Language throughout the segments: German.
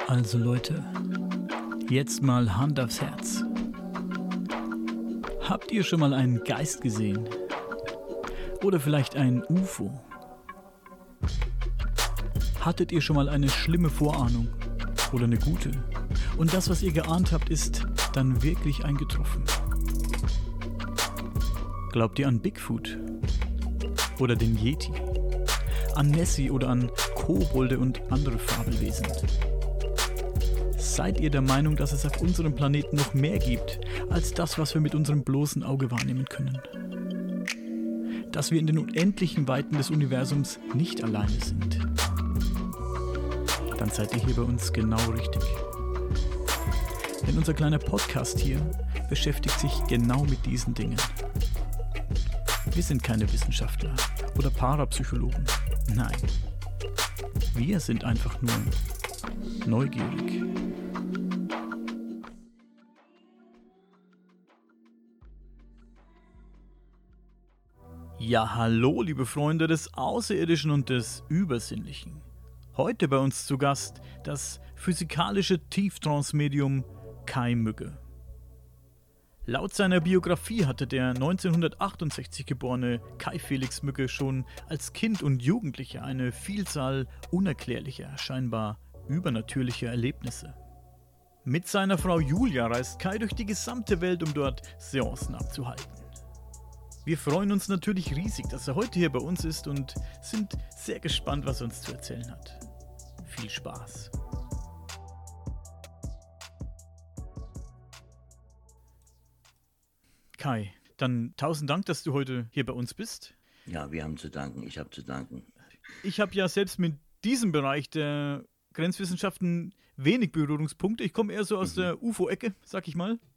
Also Leute, jetzt mal Hand aufs Herz. Habt ihr schon mal einen Geist gesehen? Oder vielleicht ein UFO? Hattet ihr schon mal eine schlimme Vorahnung? Oder eine gute? Und das, was ihr geahnt habt, ist dann wirklich eingetroffen? Glaubt ihr an Bigfoot? Oder den Yeti? An Nessie oder an Kobolde und andere Fabelwesen? Seid ihr der Meinung, dass es auf unserem Planeten noch mehr gibt, als das, was wir mit unserem bloßen Auge wahrnehmen können? Dass wir in den unendlichen Weiten des Universums nicht alleine sind? Dann seid ihr hier bei uns genau richtig. Denn unser kleiner Podcast hier beschäftigt sich genau mit diesen Dingen. Wir sind keine Wissenschaftler oder Parapsychologen. Nein, wir sind einfach nur neugierig. Ja, hallo liebe Freunde des Außerirdischen und des Übersinnlichen. Heute bei uns zu Gast das physikalische Tieftrance-Medium Kai Mügge. Laut seiner Biografie hatte der 1968 geborene Kai Felix Mügge schon als Kind und Jugendlicher eine Vielzahl unerklärlicher, scheinbar übernatürlicher Erlebnisse. Mit seiner Frau Julia reist Kai durch die gesamte Welt, um dort Seancen abzuhalten. Wir freuen uns natürlich riesig, dass er heute hier bei uns ist und sind sehr gespannt, was er uns zu erzählen hat. Viel Spaß! Kai, dann 1000 Dank, dass du heute hier bei uns bist. Ja, wir haben zu danken, ich habe zu danken. Ich habe ja selbst mit diesem Bereich der Grenzwissenschaften wenig Berührungspunkte. Ich komme eher so aus der UFO-Ecke, sag ich mal.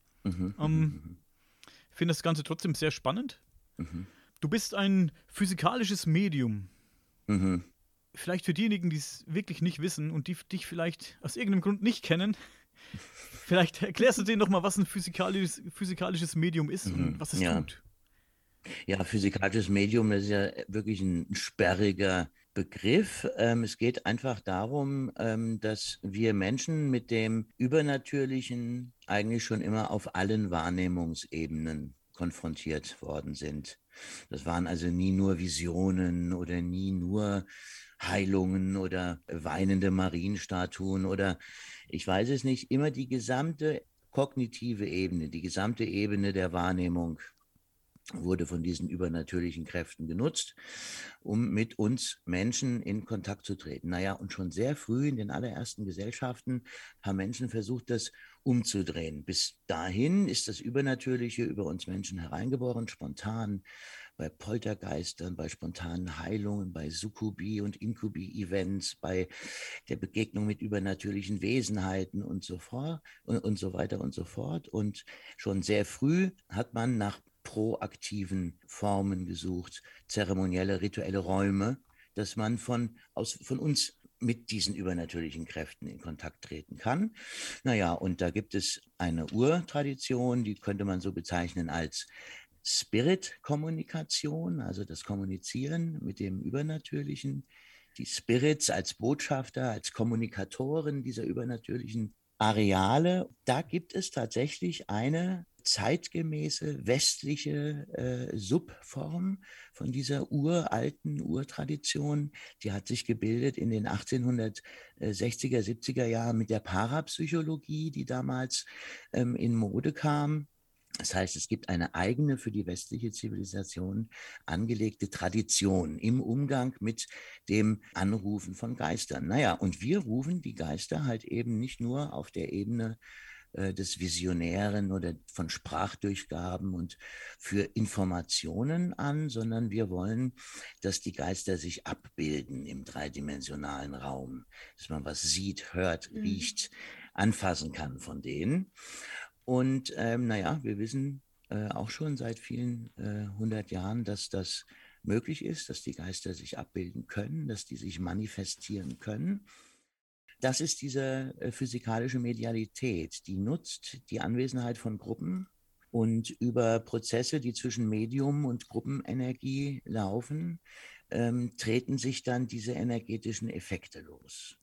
Finde das Ganze trotzdem sehr spannend. Du bist ein physikalisches Medium. Vielleicht für diejenigen, die es wirklich nicht wissen und die dich vielleicht aus irgendeinem Grund nicht kennen, vielleicht erklärst du denen noch mal, was ein physikalisches Medium ist und was es tut. Ja, physikalisches Medium, das ist ja wirklich ein sperriger Begriff. Es geht einfach darum, dass wir Menschen mit dem Übernatürlichen eigentlich schon immer auf allen Wahrnehmungsebenen konfrontiert worden sind. Das waren also nie nur Visionen oder nie nur Heilungen oder weinende Marienstatuen oder ich weiß es nicht, immer die gesamte kognitive Ebene, die gesamte Ebene der Wahrnehmung wurde von diesen übernatürlichen Kräften genutzt, um mit uns Menschen in Kontakt zu treten. Naja, und schon sehr früh in den allerersten Gesellschaften haben Menschen versucht, das umzudrehen. Bis dahin ist das Übernatürliche über uns Menschen hereingeboren, spontan, bei Poltergeistern, bei spontanen Heilungen, bei Sukkubi- und Inkubi-Events, bei der Begegnung mit übernatürlichen Wesenheiten und so fort und so weiter und so fort. Und schon sehr früh hat man nach proaktiven Formen gesucht, zeremonielle, rituelle Räume, dass man von uns mit diesen übernatürlichen Kräften in Kontakt treten kann. Naja, und da gibt es eine Urtradition, die könnte man so bezeichnen als Spirit-Kommunikation, also das Kommunizieren mit dem Übernatürlichen. Die Spirits als Botschafter, als Kommunikatoren dieser übernatürlichen Areale. Da gibt es tatsächlich eine zeitgemäße westliche Subform von dieser uralten Urtradition. Die hat sich gebildet in den 1860er, 70er Jahren mit der Parapsychologie, die damals in Mode kam. Das heißt, es gibt eine eigene für die westliche Zivilisation angelegte Tradition im Umgang mit dem Anrufen von Geistern. Naja, und wir rufen die Geister halt eben nicht nur auf der Ebene des Visionären oder von Sprachdurchgaben und für Informationen an, sondern wir wollen, dass die Geister sich abbilden im dreidimensionalen Raum, dass man was sieht, hört, riecht, anfassen kann von denen. Und naja, wir wissen auch schon seit vielen 100 Jahren, dass das möglich ist, dass die Geister sich abbilden können, dass die sich manifestieren können. Das ist diese physikalische Medialität, die nutzt die Anwesenheit von Gruppen und über Prozesse, die zwischen Medium und Gruppenenergie laufen, treten sich dann diese energetischen Effekte los.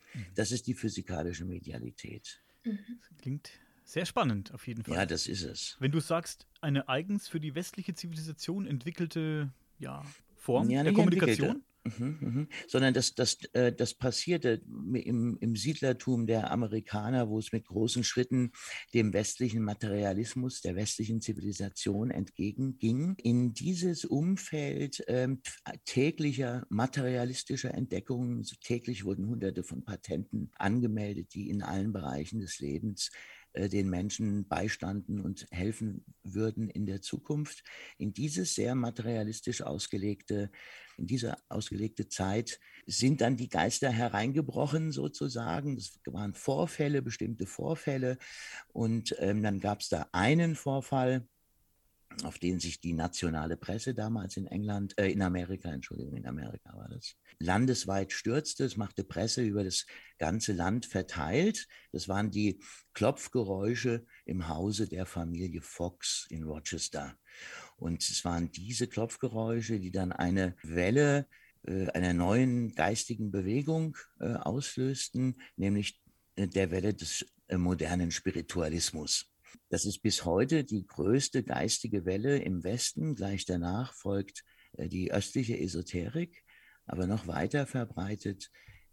Das ist die physikalische Medialität. Klingt sehr spannend auf jeden Fall. Ja, das ist es. Wenn du sagst, eine eigens für die westliche Zivilisation entwickelte Form Ja, der nicht Kommunikation? Sondern das passierte im Siedlertum der Amerikaner, wo es mit großen Schritten dem westlichen Materialismus, der westlichen Zivilisation entgegenging. In dieses Umfeld täglicher materialistischer Entdeckungen, so täglich wurden Hunderte von Patenten angemeldet, die in allen Bereichen des Lebens den Menschen beistanden und helfen würden in der Zukunft. In dieses sehr materialistisch in diese ausgelegte Zeit sind dann die Geister hereingebrochen sozusagen. Das waren Vorfälle, bestimmte Vorfälle. Und dann gab es da einen Vorfall, auf den sich die nationale Presse damals in Amerika war das, landesweit stürzte. Es machte Presse über das ganze Land verteilt. Das waren die Klopfgeräusche im Hause der Familie Fox in Rochester. Und es waren diese Klopfgeräusche, die dann eine Welle einer neuen geistigen Bewegung auslösten, nämlich der Welle des modernen Spiritualismus. Das ist bis heute die größte geistige Welle im Westen. Gleich danach folgt die östliche Esoterik, aber noch weiter verbreitet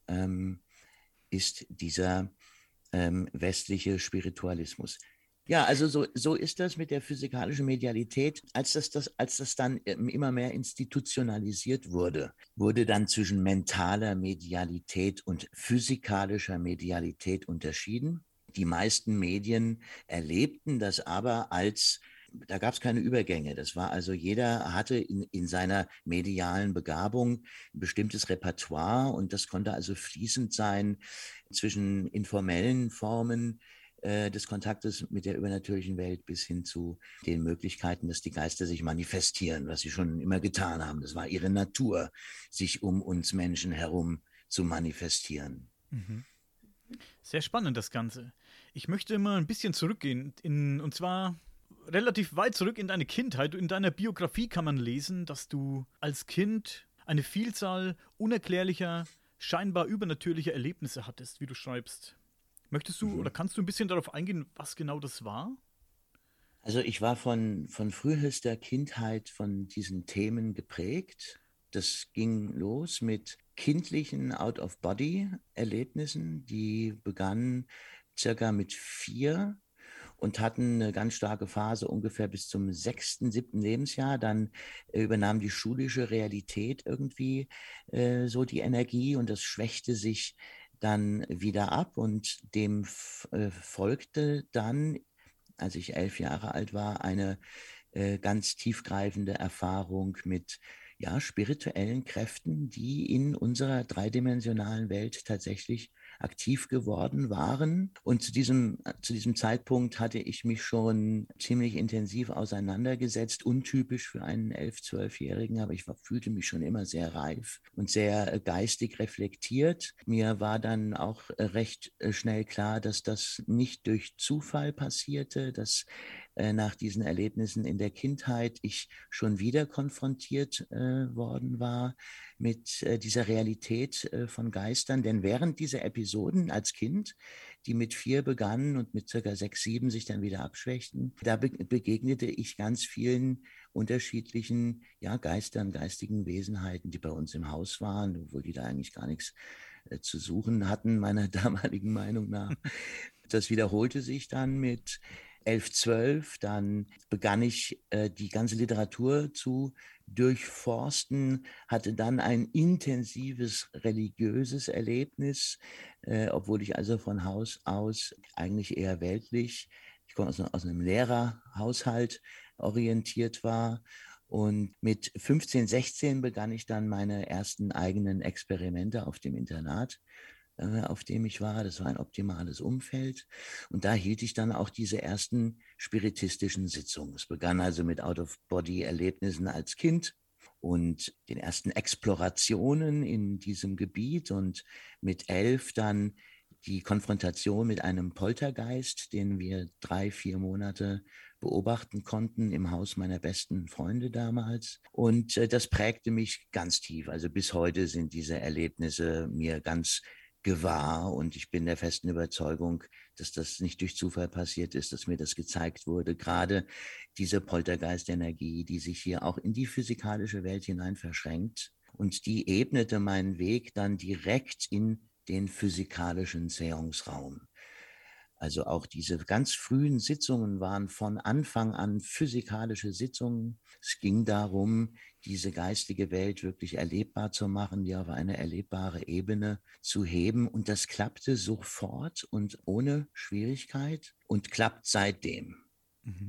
ist dieser westliche Spiritualismus. Ja, also so ist das mit der physikalischen Medialität. Als das dann immer mehr institutionalisiert wurde dann zwischen mentaler Medialität und physikalischer Medialität unterschieden. Die meisten Medien erlebten das aber da gab es keine Übergänge. Das war also, jeder hatte in seiner medialen Begabung ein bestimmtes Repertoire und das konnte also fließend sein zwischen informellen Formen des Kontaktes mit der übernatürlichen Welt bis hin zu den Möglichkeiten, dass die Geister sich manifestieren, was sie schon immer getan haben. Das war ihre Natur, sich um uns Menschen herum zu manifestieren. Sehr spannend das Ganze. Ich möchte mal ein bisschen zurückgehen, und zwar relativ weit zurück in deine Kindheit. In deiner Biografie kann man lesen, dass du als Kind eine Vielzahl unerklärlicher, scheinbar übernatürlicher Erlebnisse hattest, wie du schreibst. Möchtest du oder kannst du ein bisschen darauf eingehen, was genau das war? Also ich war von frühester Kindheit von diesen Themen geprägt. Das ging los mit kindlichen Out-of-Body-Erlebnissen, die begannen circa mit 4 und hatten eine ganz starke Phase ungefähr bis zum 6., 7. Lebensjahr. Dann übernahm die schulische Realität irgendwie so die Energie und das schwächte sich dann wieder ab und dem folgte dann, als ich 11 Jahre alt war, eine ganz tiefgreifende Erfahrung mit spirituellen Kräften, die in unserer dreidimensionalen Welt tatsächlich aktiv geworden waren. Und zu diesem Zeitpunkt hatte ich mich schon ziemlich intensiv auseinandergesetzt, untypisch für einen 11-, 12-Jährigen, aber ich fühlte mich schon immer sehr reif und sehr geistig reflektiert. Mir war dann auch recht schnell klar, dass das nicht durch Zufall passierte, dass nach diesen Erlebnissen in der Kindheit ich schon wieder konfrontiert worden war mit dieser Realität von Geistern. Denn während dieser Episoden als Kind, die mit 4 begannen und mit circa 6, 7 sich dann wieder abschwächten, da begegnete ich ganz vielen unterschiedlichen Geistern, geistigen Wesenheiten, die bei uns im Haus waren, obwohl die da eigentlich gar nichts zu suchen hatten, meiner damaligen Meinung nach. Das wiederholte sich dann mit 11, 12, dann begann ich die ganze Literatur zu durchforsten, hatte dann ein intensives religiöses Erlebnis, obwohl ich also von Haus aus eigentlich eher weltlich, ich komme aus einem Lehrerhaushalt orientiert war. Und mit 15, 16 begann ich dann meine ersten eigenen Experimente auf dem Internat, auf dem ich war. Das war ein optimales Umfeld. Und da hielt ich dann auch diese ersten spiritistischen Sitzungen. Es begann also mit Out-of-Body-Erlebnissen als Kind und den ersten Explorationen in diesem Gebiet und mit 11 dann die Konfrontation mit einem Poltergeist, den wir 3, 4 Monate beobachten konnten im Haus meiner besten Freunde damals. Und das prägte mich ganz tief. Also bis heute sind diese Erlebnisse mir ganz gewahr und ich bin der festen Überzeugung, dass das nicht durch Zufall passiert ist, dass mir das gezeigt wurde. Gerade diese Poltergeistenergie, die sich hier auch in die physikalische Welt hinein verschränkt und die ebnete meinen Weg dann direkt in den physikalischen Seance-Raum. Also auch diese ganz frühen Sitzungen waren von Anfang an physikalische Sitzungen. Es ging darum, diese geistige Welt wirklich erlebbar zu machen, die auf eine erlebbare Ebene zu heben. Und das klappte sofort und ohne Schwierigkeit und klappt seitdem. Mhm.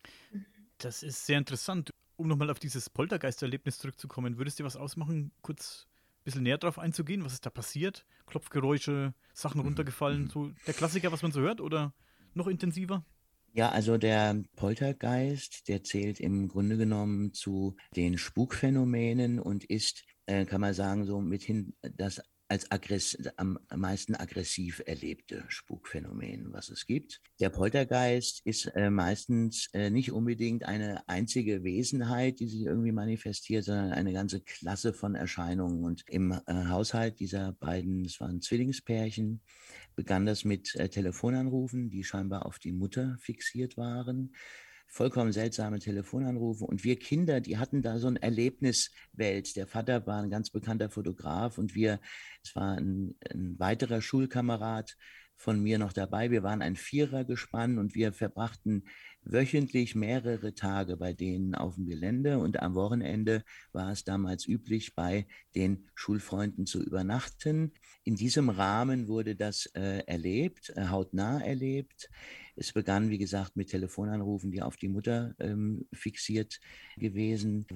Das ist sehr interessant. Um nochmal auf dieses Poltergeisterlebnis zurückzukommen, würde es dir was ausmachen, kurz ein bisschen näher drauf einzugehen, was ist da passiert? Klopfgeräusche, Sachen runtergefallen, so der Klassiker, was man so hört, oder noch intensiver? Ja, also der Poltergeist, der zählt im Grunde genommen zu den Spukphänomenen und ist, kann man sagen, so mithin das als am meisten aggressiv erlebte Spukphänomen, was es gibt. Der Poltergeist ist meistens nicht unbedingt eine einzige Wesenheit, die sich irgendwie manifestiert, sondern eine ganze Klasse von Erscheinungen. Und im Haushalt dieser beiden, es waren Zwillingspärchen, begann das mit Telefonanrufen, die scheinbar auf die Mutter fixiert waren. Vollkommen seltsame Telefonanrufe. Und wir Kinder, die hatten da so eine Erlebniswelt. Der Vater war ein ganz bekannter Fotograf und es war ein weiterer Schulkamerad von mir noch dabei. Wir waren ein Vierergespann und wir verbrachten wöchentlich mehrere Tage bei denen auf dem Gelände. Und am Wochenende war es damals üblich, bei den Schulfreunden zu übernachten. In diesem Rahmen wurde das erlebt, hautnah erlebt. Es begann, wie gesagt, mit Telefonanrufen, die auf die Mutter fixiert gewesen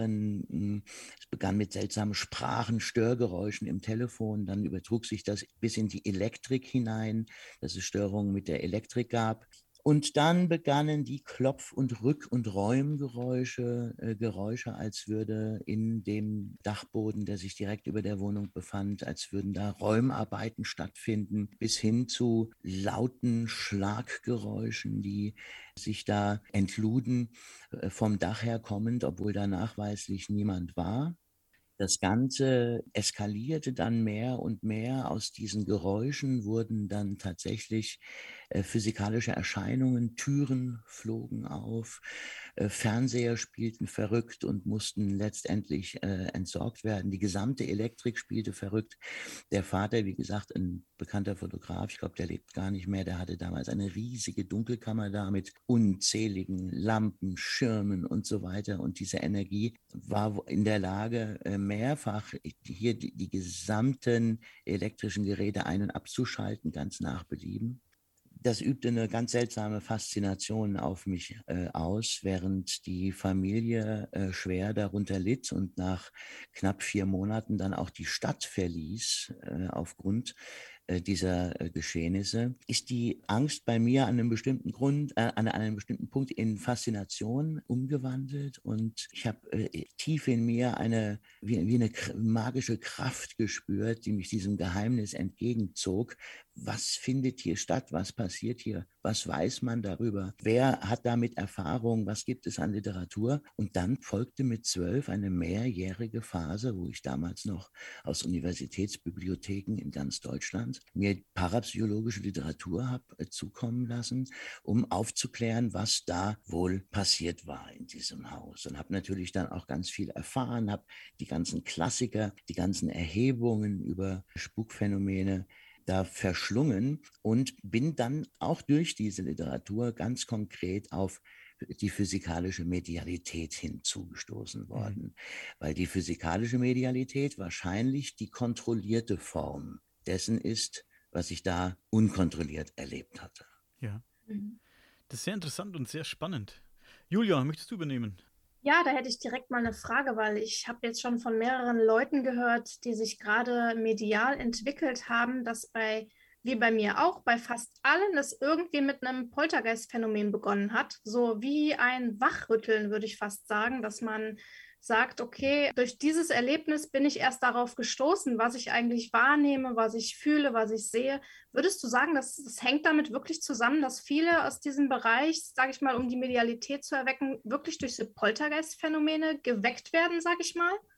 waren. Es begann mit seltsamen Sprachen, Störgeräuschen im Telefon. Dann übertrug sich das bis in die Elektrik hinein, dass es Störungen mit der Elektrik gab. Und dann begannen die Klopf- und Rück- und Räumgeräusche, Geräusche, als würde in dem Dachboden, der sich direkt über der Wohnung befand, als würden da Räumarbeiten stattfinden, bis hin zu lauten Schlaggeräuschen, die sich da entluden, vom Dach her kommend, obwohl da nachweislich niemand war. Das Ganze eskalierte dann mehr und mehr. Aus diesen Geräuschen wurden dann tatsächlich physikalische Erscheinungen. Türen flogen auf, Fernseher spielten verrückt und mussten letztendlich entsorgt werden. Die gesamte Elektrik spielte verrückt. Der Vater, wie gesagt, ein bekannter Fotograf, ich glaube, der lebt gar nicht mehr, der hatte damals eine riesige Dunkelkammer da mit unzähligen Lampen, Schirmen und so weiter. Und diese Energie war in der Lage, mehrfach hier die gesamten elektrischen Geräte ein- und abzuschalten, ganz nach Belieben. Das übte eine ganz seltsame Faszination auf mich aus, während die Familie schwer darunter litt und nach knapp 4 Monaten dann auch die Stadt verließ aufgrund dieser Geschehnisse, ist die Angst bei mir an einem bestimmten an einem bestimmten Punkt in Faszination umgewandelt und ich habe tief in mir wie eine magische Kraft gespürt, die mich diesem Geheimnis entgegenzog. Was findet hier statt? Was passiert hier? Was weiß man darüber? Wer hat damit Erfahrung? Was gibt es an Literatur? Und dann folgte mit 12 eine mehrjährige Phase, wo ich damals noch aus Universitätsbibliotheken in ganz Deutschland mir parapsychologische Literatur habe zukommen lassen, um aufzuklären, was da wohl passiert war in diesem Haus. Und habe natürlich dann auch ganz viel erfahren, habe die ganzen Klassiker, die ganzen Erhebungen über Spukphänomene da verschlungen und bin dann auch durch diese Literatur ganz konkret auf die physikalische Medialität hinzugestoßen worden, weil die physikalische Medialität wahrscheinlich die kontrollierte Form dessen ist, was ich da unkontrolliert erlebt hatte. Ja. Das ist sehr interessant und sehr spannend. Julia, möchtest du übernehmen? Ja, da hätte ich direkt mal eine Frage, weil ich habe jetzt schon von mehreren Leuten gehört, die sich gerade medial entwickelt haben, dass wie bei mir auch, bei fast allen es irgendwie mit einem Poltergeist-Phänomen begonnen hat. So wie ein Wachrütteln, würde ich fast sagen, dass man sagt, okay, durch dieses Erlebnis bin ich erst darauf gestoßen, was ich eigentlich wahrnehme, was ich fühle, was ich sehe. Würdest du sagen, das hängt damit wirklich zusammen, dass viele aus diesem Bereich, sage ich mal, um die Medialität zu erwecken, wirklich durch diese Poltergeist-Phänomene geweckt werden, sage ich mal?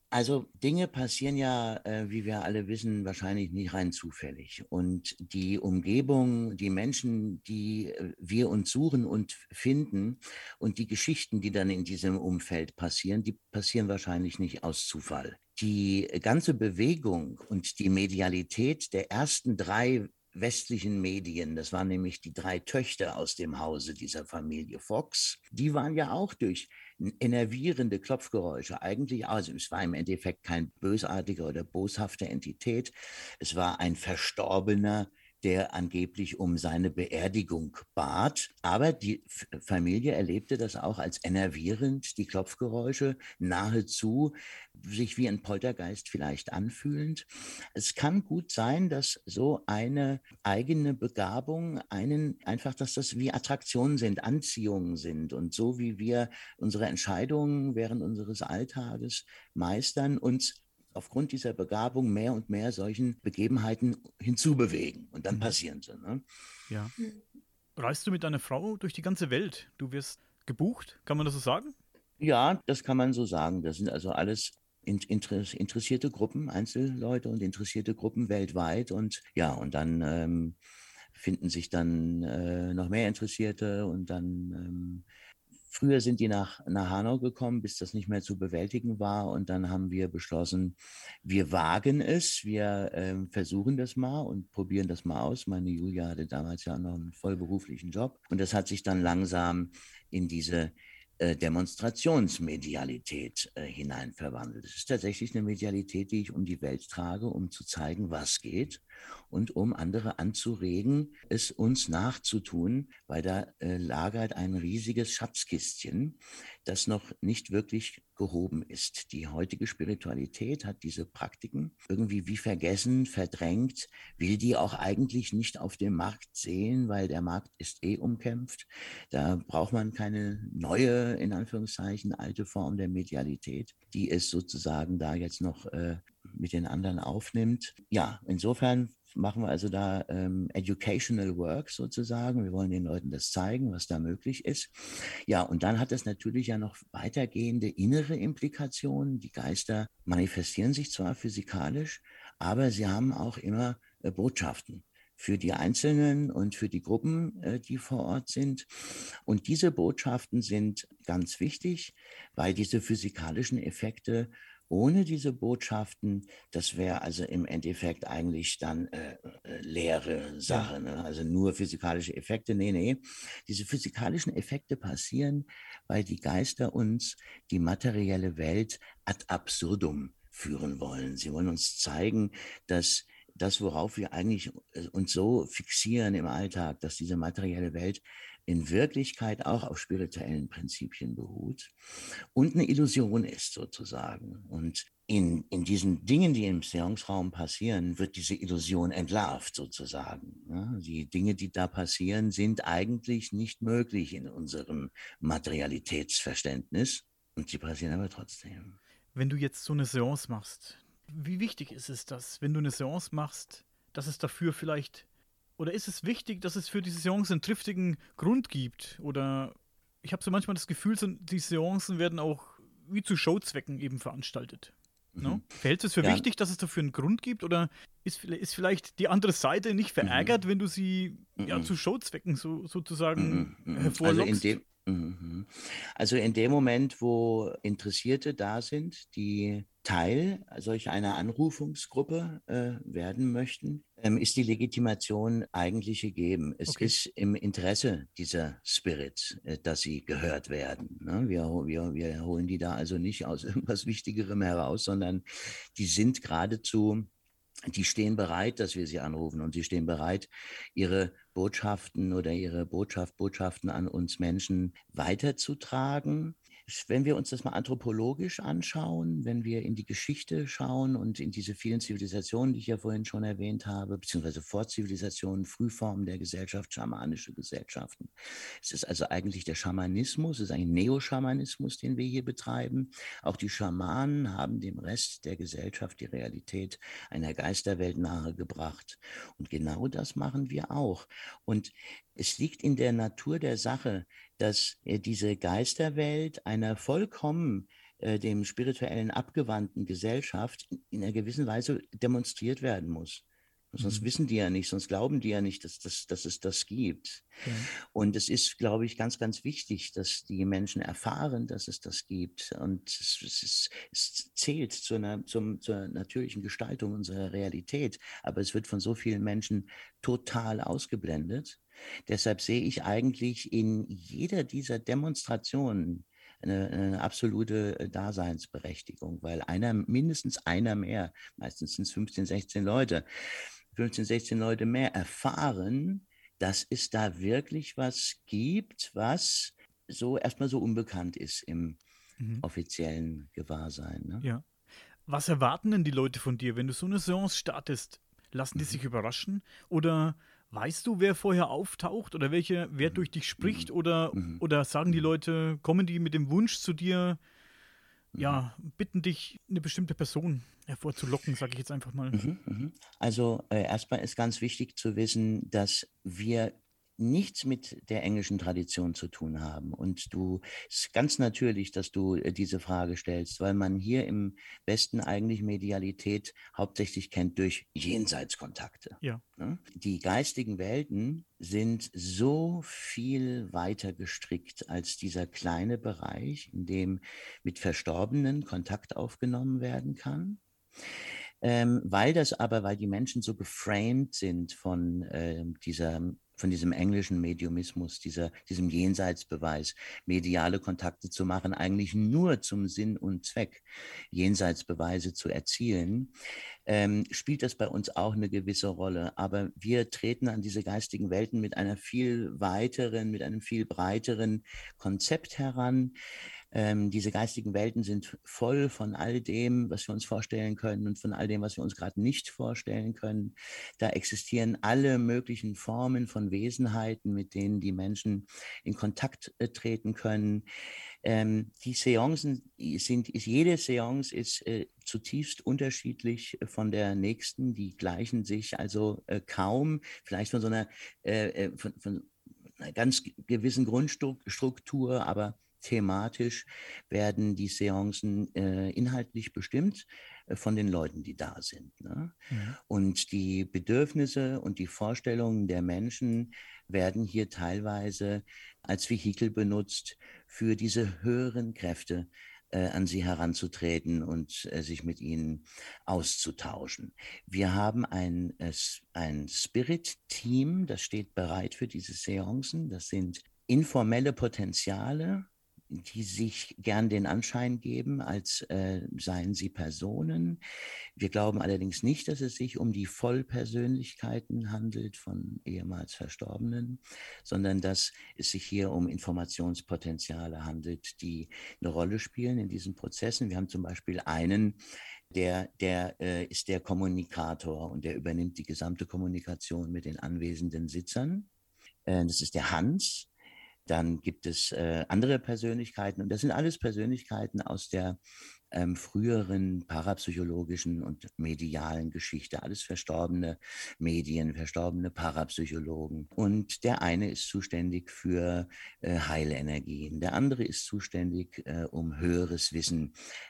Also Dinge passieren ja, wie wir alle wissen, wahrscheinlich nicht rein zufällig. Und die Umgebung, die Menschen, die wir uns suchen und finden und die Geschichten, die dann in diesem Umfeld passieren, die passieren wahrscheinlich nicht aus Zufall. Die ganze Bewegung und die Medialität der ersten drei westlichen Medien, das waren nämlich die drei Töchter aus dem Hause dieser Familie Fox, die waren ja auch durch enervierende Klopfgeräusche. Eigentlich, also es war im Endeffekt kein bösartiger oder boshafter Entität. Es war ein Verstorbener, der angeblich um seine Beerdigung bat. Aber die Familie erlebte das auch als enervierend, die Klopfgeräusche nahezu sich wie ein Poltergeist vielleicht anfühlend. Es kann gut sein, dass so eine eigene Begabung dass das wie Attraktionen sind, Anziehungen sind. Und so wie wir unsere Entscheidungen während unseres Alltages meistern, uns aufgrund dieser Begabung mehr und mehr solchen Begebenheiten hinzubewegen. Und dann passieren sie. Ne? Ja. Reist du mit deiner Frau durch die ganze Welt? Du wirst gebucht, kann man das so sagen? Ja, das kann man so sagen. Das sind also alles interessierte Gruppen, Einzelleute und interessierte Gruppen weltweit. Und ja, und dann finden sich dann noch mehr Interessierte und dann früher sind die nach Hanau gekommen, bis das nicht mehr zu bewältigen war. Und dann haben wir beschlossen, wir wagen es, wir versuchen das mal und probieren das mal aus. Meine Julia hatte damals ja noch einen vollberuflichen Job. Und das hat sich dann langsam in diese Demonstrationsmedialität hinein verwandelt. Es ist tatsächlich eine Medialität, die ich um die Welt trage, um zu zeigen, was geht und um andere anzuregen, es uns nachzutun, weil da lagert ein riesiges Schatzkistchen, das noch nicht wirklich gehoben ist. Die heutige Spiritualität hat diese Praktiken irgendwie wie vergessen, verdrängt, will die auch eigentlich nicht auf dem Markt sehen, weil der Markt ist umkämpft. Da braucht man keine neue, in Anführungszeichen, alte Form der Medialität, die es sozusagen da jetzt noch mit den anderen aufnimmt. Ja, insofern machen wir also da Educational Work sozusagen. Wir wollen den Leuten das zeigen, was da möglich ist. Ja, und dann hat es natürlich ja noch weitergehende innere Implikationen. Die Geister manifestieren sich zwar physikalisch, aber sie haben auch immer Botschaften für die Einzelnen und für die Gruppen, die vor Ort sind. Und diese Botschaften sind ganz wichtig, weil diese physikalischen Effekte ohne diese Botschaften, das wäre also im Endeffekt eigentlich dann leere Sache. Ja. Ne? Also nur physikalische Effekte. Nee. Diese physikalischen Effekte passieren, weil die Geister uns die materielle Welt ad absurdum führen wollen. Sie wollen uns zeigen, dass das, worauf wir eigentlich uns so fixieren im Alltag, dass diese materielle Welt in Wirklichkeit auch auf spirituellen Prinzipien beruht und eine Illusion ist sozusagen. Und in diesen Dingen, die im Seance-Raum passieren, wird diese Illusion entlarvt sozusagen. Ja, die Dinge, die da passieren, sind eigentlich nicht möglich in unserem Materialitätsverständnis und sie passieren aber trotzdem. Wenn du jetzt so eine Seance machst, wie wichtig ist es, dass, wenn du eine Seance machst, dass es dafür vielleicht, oder ist es wichtig, dass es für diese Seance einen triftigen Grund gibt? Oder ich habe so manchmal das Gefühl, die Seancen werden auch wie zu Showzwecken eben veranstaltet. No? Hältst du es für wichtig, dass es dafür einen Grund gibt? Oder ist vielleicht die andere Seite nicht verärgert, wenn du sie ja, zu Showzwecken sozusagen hervorlockst? Also in dem Moment, wo Interessierte da sind, die Teil solch einer Anrufungsgruppe werden möchten, ist die Legitimation eigentlich gegeben. Es ist im Interesse dieser Spirits, dass sie gehört werden. Ne? Wir holen die da also nicht aus irgendwas Wichtigerem heraus, sondern die sind geradezu, die stehen bereit, dass wir sie anrufen und sie stehen bereit, ihre Botschaften oder ihre Botschaften an uns Menschen weiterzutragen. Wenn wir uns das mal anthropologisch anschauen, wenn wir in die Geschichte schauen und in diese vielen Zivilisationen, die ich ja vorhin schon erwähnt habe, beziehungsweise Vorzivilisationen, Frühformen der Gesellschaft, schamanische Gesellschaften. Es ist also eigentlich der Schamanismus, es ist ein Neoschamanismus, den wir hier betreiben. Auch die Schamanen haben dem Rest der Gesellschaft die Realität einer Geisterwelt nahegebracht. Und genau das machen wir auch. Und es liegt in der Natur der Sache, dass diese Geisterwelt einer vollkommen dem spirituellen abgewandten Gesellschaft in einer gewissen Weise demonstriert werden muss. Sonst wissen die ja nicht, sonst glauben die ja nicht, dass es das gibt. Ja. Und es ist, glaube ich, ganz, ganz wichtig, dass die Menschen erfahren, dass es das gibt. Und es zählt zur natürlichen Gestaltung unserer Realität. Aber es wird von so vielen Menschen total ausgeblendet. Deshalb sehe ich eigentlich in jeder dieser Demonstrationen eine absolute Daseinsberechtigung, weil mindestens einer mehr, meistens sind es 15, 16 Leute mehr erfahren, dass es da wirklich was gibt, was so erstmal so unbekannt ist im offiziellen Gewahrsein. Ne? Ja. Was erwarten denn die Leute von dir, wenn du so eine Seance startest? Lassen die sich überraschen? Oder weißt du, wer vorher auftaucht oder wer durch dich spricht? Oder sagen die Leute, kommen die mit dem Wunsch zu dir, ja, bitten dich, eine bestimmte Person hervorzulocken, sage ich jetzt einfach mal. Also erstmal ist ganz wichtig zu wissen, dass wir nichts mit der englischen Tradition zu tun haben. Und es ist ganz natürlich, dass du diese Frage stellst, weil man hier im Westen eigentlich Medialität hauptsächlich kennt durch Jenseitskontakte. Ja. Die geistigen Welten sind so viel weiter gestrickt als dieser kleine Bereich, in dem mit Verstorbenen Kontakt aufgenommen werden kann. Weil die Menschen so geframed sind von diesem englischen Mediumismus, diesem Jenseitsbeweis, mediale Kontakte zu machen, eigentlich nur zum Sinn und Zweck, Jenseitsbeweise zu erzielen, spielt das bei uns auch eine gewisse Rolle. Aber wir treten an diese geistigen Welten mit einem viel breiteren Konzept heran. Diese geistigen Welten sind voll von all dem, was wir uns vorstellen können und von all dem, was wir uns gerade nicht vorstellen können. Da existieren alle möglichen Formen von Wesenheiten, mit denen die Menschen in Kontakt treten können. Die Seancen jede Seance ist zutiefst unterschiedlich von der nächsten. Die gleichen sich also kaum, vielleicht von so einer ganz gewissen Grundstruktur, aber thematisch werden die Seancen inhaltlich bestimmt von den Leuten, die da sind. Ne? Und die Bedürfnisse und die Vorstellungen der Menschen werden hier teilweise als Vehikel benutzt, für diese höheren Kräfte an sie heranzutreten und sich mit ihnen auszutauschen. Wir haben ein Spirit-Team, das steht bereit für diese Seancen. Das sind informelle Potenziale, die sich gern den Anschein geben, als seien sie Personen. Wir glauben allerdings nicht, dass es sich um die Vollpersönlichkeiten handelt von ehemals Verstorbenen, sondern dass es sich hier um Informationspotenziale handelt, die eine Rolle spielen in diesen Prozessen. Wir haben zum Beispiel einen, der ist der Kommunikator und der übernimmt die gesamte Kommunikation mit den anwesenden Sitzern. Das ist der Hans. Dann gibt es andere Persönlichkeiten und das sind alles Persönlichkeiten aus der früheren parapsychologischen und medialen Geschichte. Alles verstorbene Medien, verstorbene Parapsychologen. Und der eine ist zuständig für Heilenergien. Der andere ist zuständig, um höheres Wissen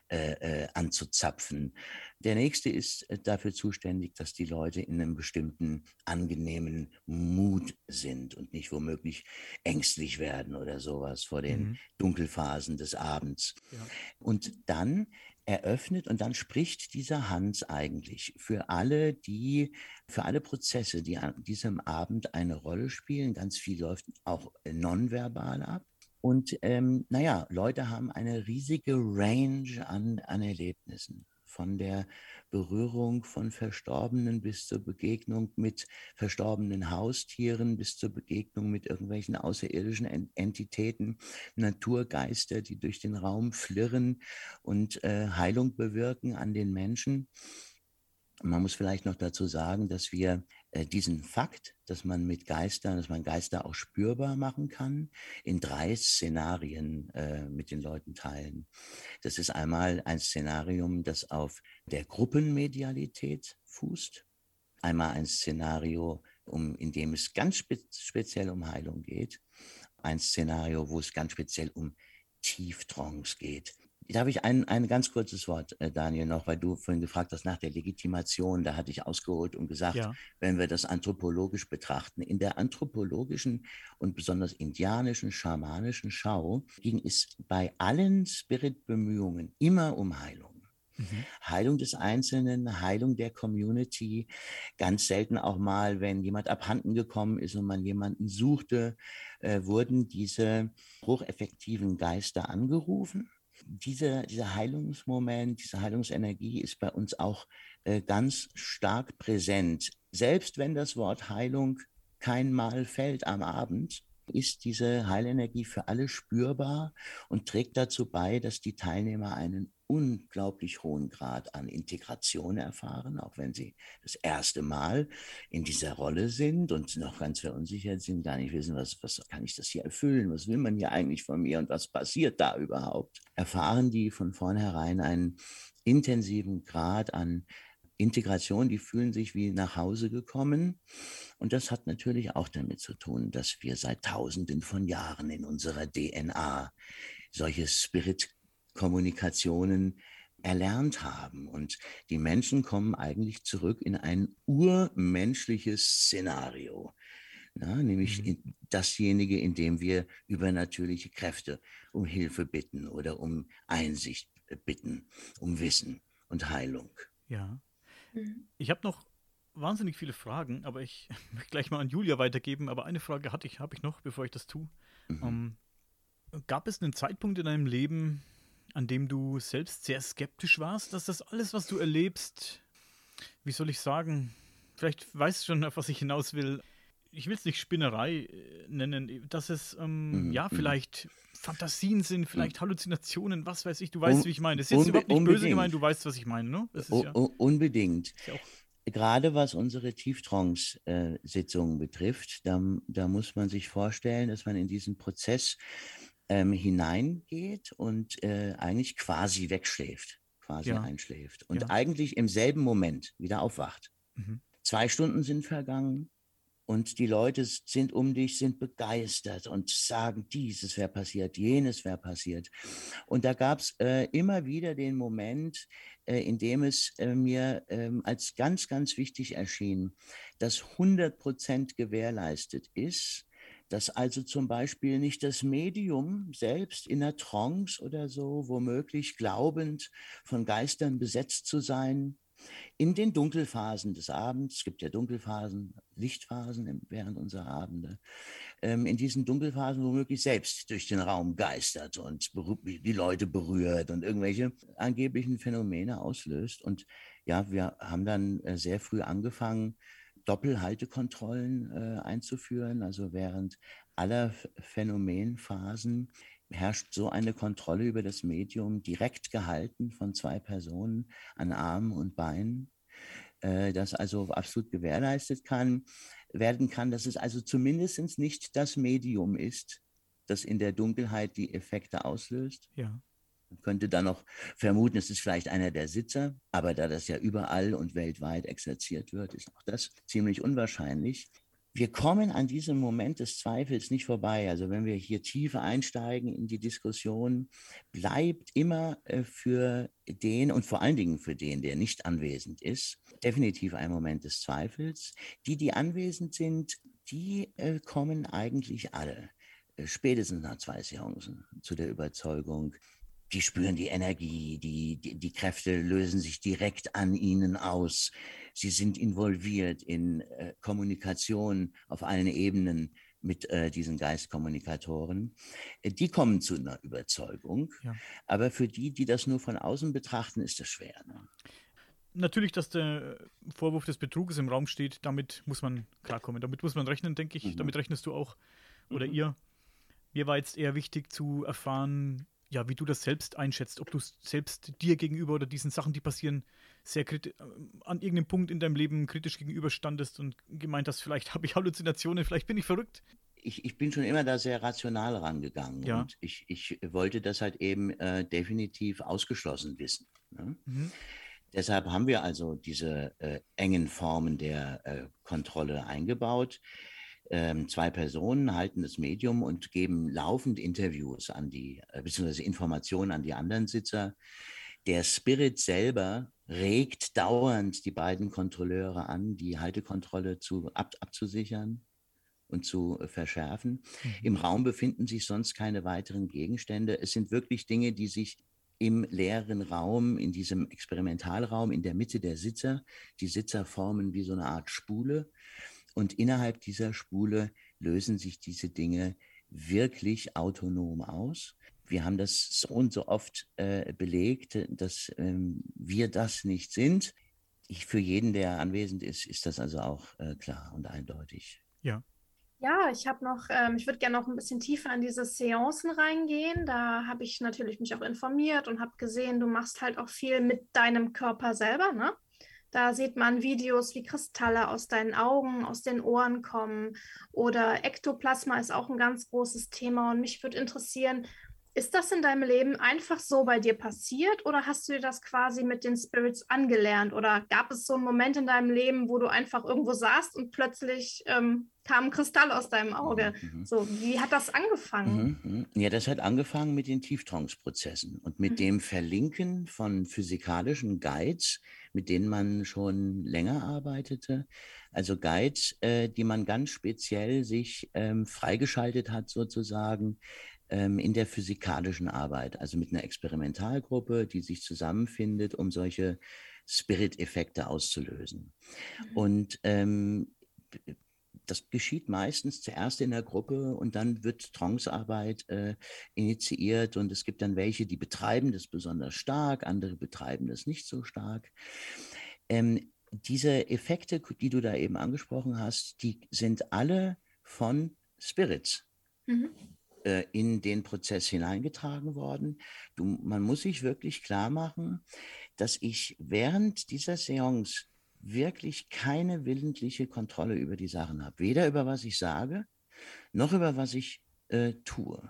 anzuzapfen. Der nächste ist dafür zuständig, dass die Leute in einem bestimmten angenehmen Mut sind und nicht womöglich ängstlich werden oder sowas vor den Dunkelphasen des Abends. Ja. Und dann eröffnet und dann spricht dieser Hans eigentlich für alle Prozesse, die an diesem Abend eine Rolle spielen. Ganz viel läuft auch nonverbal ab. Und Leute haben eine riesige Range an Erlebnissen. Von der Berührung von Verstorbenen bis zur Begegnung mit verstorbenen Haustieren, bis zur Begegnung mit irgendwelchen außerirdischen Entitäten, Naturgeister, die durch den Raum flirren und Heilung bewirken an den Menschen. Man muss vielleicht noch dazu sagen, dass wir diesen Fakt, dass man Geister auch spürbar machen kann, in 3 Szenarien mit den Leuten teilen. Das ist einmal ein Szenarium, das auf der Gruppenmedialität fußt. Einmal ein Szenario, in dem es ganz speziell um Heilung geht. Ein Szenario, wo es ganz speziell um Tieftrance geht. Darf ich ein ganz kurzes Wort, Daniel, noch, weil du vorhin gefragt hast nach der Legitimation. Da hatte ich ausgeholt und gesagt, Ja. wenn wir das anthropologisch betrachten, in der anthropologischen und besonders indianischen, schamanischen Schau ging es bei allen Spirit-Bemühungen immer um Heilung. Mhm. Heilung des Einzelnen, Heilung der Community, ganz selten auch mal, wenn jemand abhanden gekommen ist und man jemanden suchte, wurden diese hocheffektiven Geister angerufen. Dieser Heilungsmoment, diese Heilungsenergie ist bei uns auch ganz stark präsent. Selbst wenn das Wort Heilung kein Mal fällt am Abend, ist diese Heilenergie für alle spürbar und trägt dazu bei, dass die Teilnehmer einen unglaublich hohen Grad an Integration erfahren, auch wenn sie das erste Mal in dieser Rolle sind und noch ganz verunsichert sind, gar nicht wissen, was kann ich das hier erfüllen, was will man hier eigentlich von mir und was passiert da überhaupt, erfahren die von vornherein einen intensiven Grad an Integration, die fühlen sich wie nach Hause gekommen. Und das hat natürlich auch damit zu tun, dass wir seit Tausenden von Jahren in unserer DNA solche Spirit-Kommunikationen erlernt haben. Und die Menschen kommen eigentlich zurück in ein urmenschliches Szenario. Ja, nämlich dasjenige, in dem wir übernatürliche Kräfte um Hilfe bitten oder um Einsicht bitten, um Wissen und Heilung. Ja. Ich habe noch wahnsinnig viele Fragen, aber ich möchte gleich mal an Julia weitergeben. Aber eine Frage habe ich noch, bevor ich das tue. Gab es einen Zeitpunkt in deinem Leben, an dem du selbst sehr skeptisch warst, dass das alles, was du erlebst, wie soll ich sagen, vielleicht weißt du schon, auf was ich hinaus will. Ich will es nicht Spinnerei nennen, dass es vielleicht Fantasien sind, vielleicht Halluzinationen, was weiß ich, du weißt, wie ich meine. Das ist jetzt überhaupt nicht böse gemeint, du weißt, was ich meine, ne? Das ist Unbedingt. Ist ja auch Gerade was unsere Tieftrance-Sitzungen betrifft, da muss man sich vorstellen, dass man in diesen Prozess hineingeht und eigentlich quasi wegschläft, quasi einschläft und eigentlich im selben Moment wieder aufwacht. 2 Stunden sind vergangen. Und die Leute sind um dich, sind begeistert und sagen, dieses wäre passiert, jenes wäre passiert. Und da gab es immer wieder den Moment, in dem es mir als ganz, ganz wichtig erschien, dass 100% gewährleistet ist, dass also zum Beispiel nicht das Medium selbst in einer Trance oder so, womöglich glaubend von Geistern besetzt zu sein, in den Dunkelphasen des Abends, es gibt ja Dunkelphasen, Lichtphasen während unserer Abende, in diesen Dunkelphasen womöglich selbst durch den Raum geistert und die Leute berührt und irgendwelche angeblichen Phänomene auslöst. Und ja, wir haben dann sehr früh angefangen, Doppelhaltekontrollen einzuführen, also während aller Phänomenphasen herrscht so eine Kontrolle über das Medium, direkt gehalten von 2 Personen an Armen und Beinen, das also absolut gewährleistet werden kann, dass es also zumindest nicht das Medium ist, das in der Dunkelheit die Effekte auslöst. Ja. Man könnte dann noch vermuten, es ist vielleicht einer der Sitzer, aber da das ja überall und weltweit exerziert wird, ist auch das ziemlich unwahrscheinlich. Wir kommen an diesem Moment des Zweifels nicht vorbei. Also wenn wir hier tiefer einsteigen in die Diskussion, bleibt immer für den und vor allen Dingen für den, der nicht anwesend ist, definitiv ein Moment des Zweifels. Die anwesend sind, die kommen eigentlich alle, spätestens nach 2 Seancen, zu der Überzeugung, die spüren die Energie, die Kräfte lösen sich direkt an ihnen aus. Sie sind involviert in Kommunikation auf allen Ebenen mit diesen Geistkommunikatoren. Die kommen zu einer Überzeugung. Ja. Aber für die das nur von außen betrachten, ist das schwer. Ne? Natürlich, dass der Vorwurf des Betruges im Raum steht, damit muss man klarkommen. Damit muss man rechnen, denke ich. Damit rechnest du auch. Oder ihr. Mir war jetzt eher wichtig zu erfahren, ja, wie du das selbst einschätzt, ob du selbst dir gegenüber oder diesen Sachen, die passieren, sehr an irgendeinem Punkt in deinem Leben kritisch gegenüberstandest und gemeint hast, vielleicht habe ich Halluzinationen, vielleicht bin ich verrückt. Ich bin schon immer da sehr rational rangegangen und ich wollte das halt eben definitiv ausgeschlossen wissen. Ne? Deshalb haben wir also diese engen Formen der Kontrolle eingebaut. 2 Personen halten das Medium und geben laufend Interviews an beziehungsweise Informationen an die anderen Sitzer. Der Spirit selber regt dauernd die beiden Kontrolleure an, die Haltekontrolle abzusichern und zu verschärfen. Im Raum befinden sich sonst keine weiteren Gegenstände. Es sind wirklich Dinge, die sich im leeren Raum, in diesem Experimentalraum, in der Mitte der Sitzer, die Sitzer formen wie so eine Art Spule. Und innerhalb dieser Spule lösen sich diese Dinge wirklich autonom aus. Wir haben das so und so oft belegt, dass wir das nicht sind. Für jeden, der anwesend ist, ist das also auch klar und eindeutig. Ja. Ja, ich würde gerne noch ein bisschen tiefer in diese Seancen reingehen. Da habe ich natürlich mich auch informiert und habe gesehen, du machst halt auch viel mit deinem Körper selber, ne? Da sieht man Videos, wie Kristalle aus deinen Augen, aus den Ohren kommen, oder Ektoplasma ist auch ein ganz großes Thema, und mich würde interessieren, ist das in deinem Leben einfach so bei dir passiert, oder hast du dir das quasi mit den Spirits angelernt, oder gab es so einen Moment in deinem Leben, wo du einfach irgendwo saßt und plötzlich kam ein Kristall aus deinem Auge? So, wie hat das angefangen? Ja, das hat angefangen mit den Tieftrance-Prozessen und mit dem Verlinken von physikalischen Guides, mit denen man schon länger arbeitete. Also Guides, die man ganz speziell sich freigeschaltet hat sozusagen in der physikalischen Arbeit, also mit einer Experimentalgruppe, die sich zusammenfindet, um solche Spirit-Effekte auszulösen. Und das geschieht meistens zuerst in der Gruppe und dann wird Trancearbeit initiiert, und es gibt dann welche, die betreiben das besonders stark, andere betreiben das nicht so stark. Diese Effekte, die du da eben angesprochen hast, die sind alle von Spirits in den Prozess hineingetragen worden. Man muss sich wirklich klar machen, dass ich während dieser Seance wirklich keine willentliche Kontrolle über die Sachen habe. Weder über was ich sage, noch über was ich tue.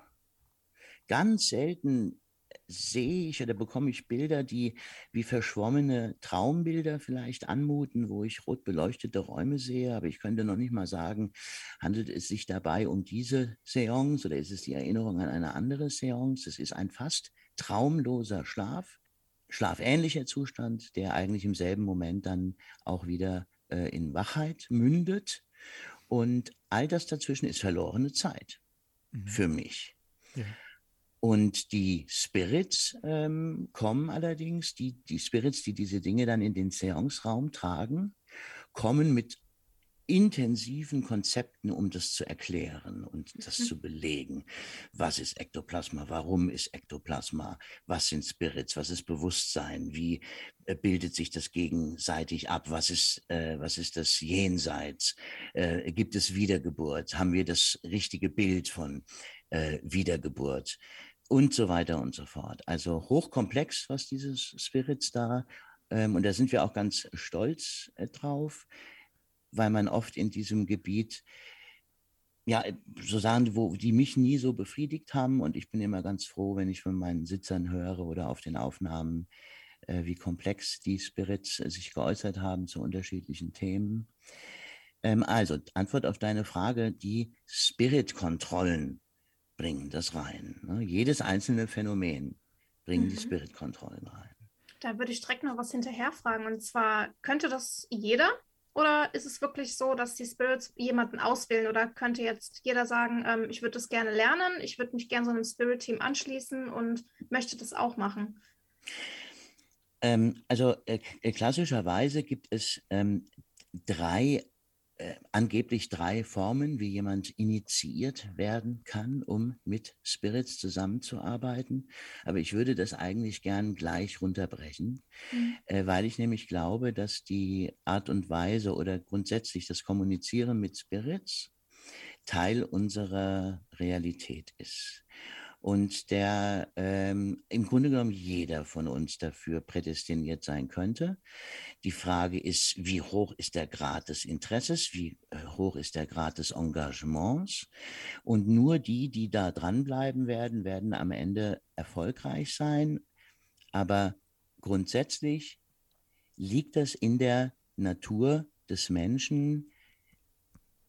Ganz selten sehe ich oder bekomme ich Bilder, die wie verschwommene Traumbilder vielleicht anmuten, wo ich rot beleuchtete Räume sehe, aber ich könnte noch nicht mal sagen, handelt es sich dabei um diese Seance oder ist es die Erinnerung an eine andere Seance? Es ist ein fast traumloser Schlaf, schlafähnlicher Zustand, der eigentlich im selben Moment dann auch wieder in Wachheit mündet. Und all das dazwischen ist verlorene Zeit für mich. Ja. Und die Spirits kommen allerdings, die Spirits, die diese Dinge dann in den Seance-Raum tragen, kommen mit intensiven Konzepten, um das zu erklären und das zu belegen. Was ist Ektoplasma? Warum ist Ektoplasma? Was sind Spirits? Was ist Bewusstsein? Wie bildet sich das gegenseitig ab? Was ist das Jenseits? Gibt es Wiedergeburt? Haben wir das richtige Bild von Wiedergeburt? Und so weiter und so fort. Also hochkomplex, was diese Spirits da, und da sind wir auch ganz stolz drauf, weil man oft in diesem Gebiet, ja, so Sachen, die mich nie so befriedigt haben, und ich bin immer ganz froh, wenn ich von meinen Sitzern höre oder auf den Aufnahmen, wie komplex die Spirits sich geäußert haben zu unterschiedlichen Themen. Also, Antwort auf deine Frage, die Spirit-Kontrollen bringen das rein. Ne? Jedes einzelne Phänomen bringen die Spirit-Kontrollen rein. Da würde ich direkt noch was hinterher fragen. Und zwar, könnte das jeder? Oder ist es wirklich so, dass die Spirits jemanden auswählen? Oder könnte jetzt jeder sagen, ich würde das gerne lernen, ich würde mich gerne so einem Spirit-Team anschließen und möchte das auch machen? Also klassischerweise gibt es angeblich drei Formen, wie jemand initiiert werden kann, um mit Spirits zusammenzuarbeiten. Aber ich würde das eigentlich gern gleich runterbrechen, weil ich nämlich glaube, dass die Art und Weise oder grundsätzlich das Kommunizieren mit Spirits Teil unserer Realität ist. Und der im Grunde genommen jeder von uns dafür prädestiniert sein könnte. Die Frage ist, wie hoch ist der Grad des Interesses, wie hoch ist der Grad des Engagements? Und nur die da dranbleiben werden am Ende erfolgreich sein. Aber grundsätzlich liegt das in der Natur des Menschen,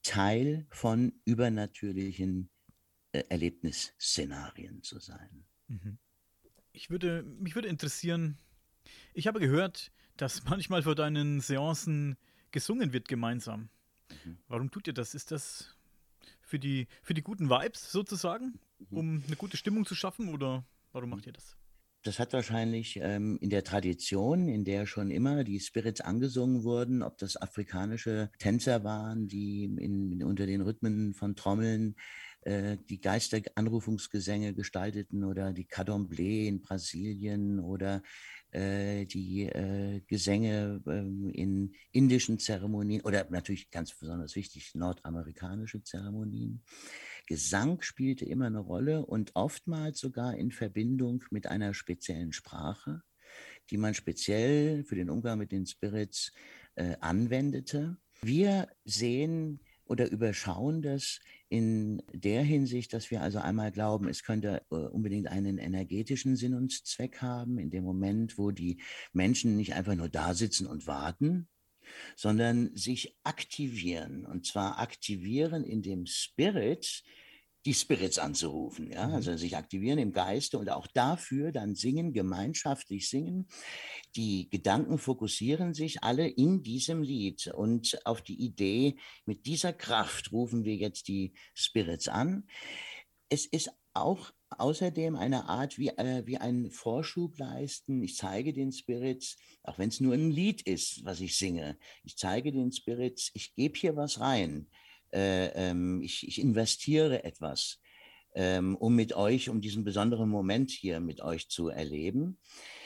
Teil von übernatürlichen Erlebnisszenarien zu sein. Mhm. Mich würde interessieren, ich habe gehört, dass manchmal vor deinen Seancen gesungen wird gemeinsam. Mhm. Warum tut ihr das? Ist das für die guten Vibes sozusagen, um eine gute Stimmung zu schaffen, oder warum macht ihr das? Das hat wahrscheinlich in der Tradition, in der schon immer die Spirits angesungen wurden, ob das afrikanische Tänzer waren, die unter den Rhythmen von Trommeln die Geisteranrufungsgesänge gestalteten, oder die Candomblé in Brasilien oder die Gesänge in indischen Zeremonien oder natürlich ganz besonders wichtig nordamerikanische Zeremonien. Gesang spielte immer eine Rolle und oftmals sogar in Verbindung mit einer speziellen Sprache, die man speziell für den Umgang mit den Spirits anwendete. Wir sehen oder überschauen das in der Hinsicht, dass wir also einmal glauben, es könnte unbedingt einen energetischen Sinn und Zweck haben, in dem Moment, wo die Menschen nicht einfach nur da sitzen und warten, sondern sich aktivieren. Und zwar aktivieren in dem Spirit, die Spirits anzurufen, ja? Also sich aktivieren im Geiste und auch dafür dann singen, gemeinschaftlich singen. Die Gedanken fokussieren sich alle in diesem Lied und auf die Idee, mit dieser Kraft rufen wir jetzt die Spirits an. Es ist auch außerdem eine Art wie ein Vorschub leisten. Ich zeige den Spirits, auch wenn es nur ein Lied ist, was ich singe, ich zeige den Spirits, ich gebe hier was rein. Ich investiere etwas, um diesen besonderen Moment hier mit euch zu erleben.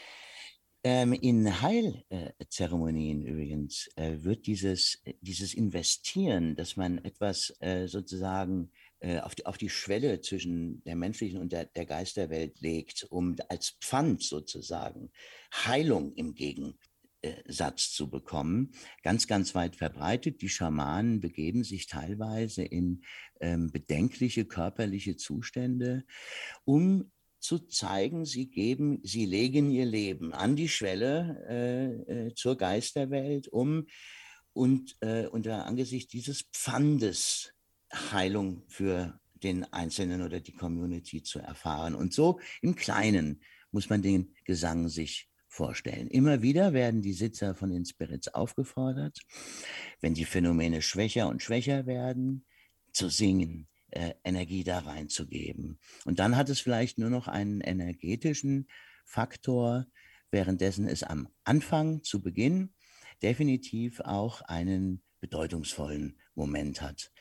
In Heilzeremonien übrigens wird dieses Investieren, dass man etwas sozusagen auf die Schwelle zwischen der menschlichen und der Geisterwelt legt, um als Pfand sozusagen Heilung im Gegensatz zu bekommen, ganz, ganz weit verbreitet. Die Schamanen begeben sich teilweise in bedenkliche körperliche Zustände, um zu zeigen, sie legen ihr Leben an die Schwelle zur Geisterwelt, um unter Angesicht dieses Pfandes Heilung für den Einzelnen oder die Community zu erfahren. Und so im Kleinen muss man den Gesang sich vorstellen. Immer wieder werden die Sitzer von den Spirits aufgefordert, wenn die Phänomene schwächer und schwächer werden, zu singen, Energie da reinzugeben. Und dann hat es vielleicht nur noch einen energetischen Faktor, währenddessen es am Anfang, zu Beginn, definitiv auch einen bedeutungsvollen Moment hat.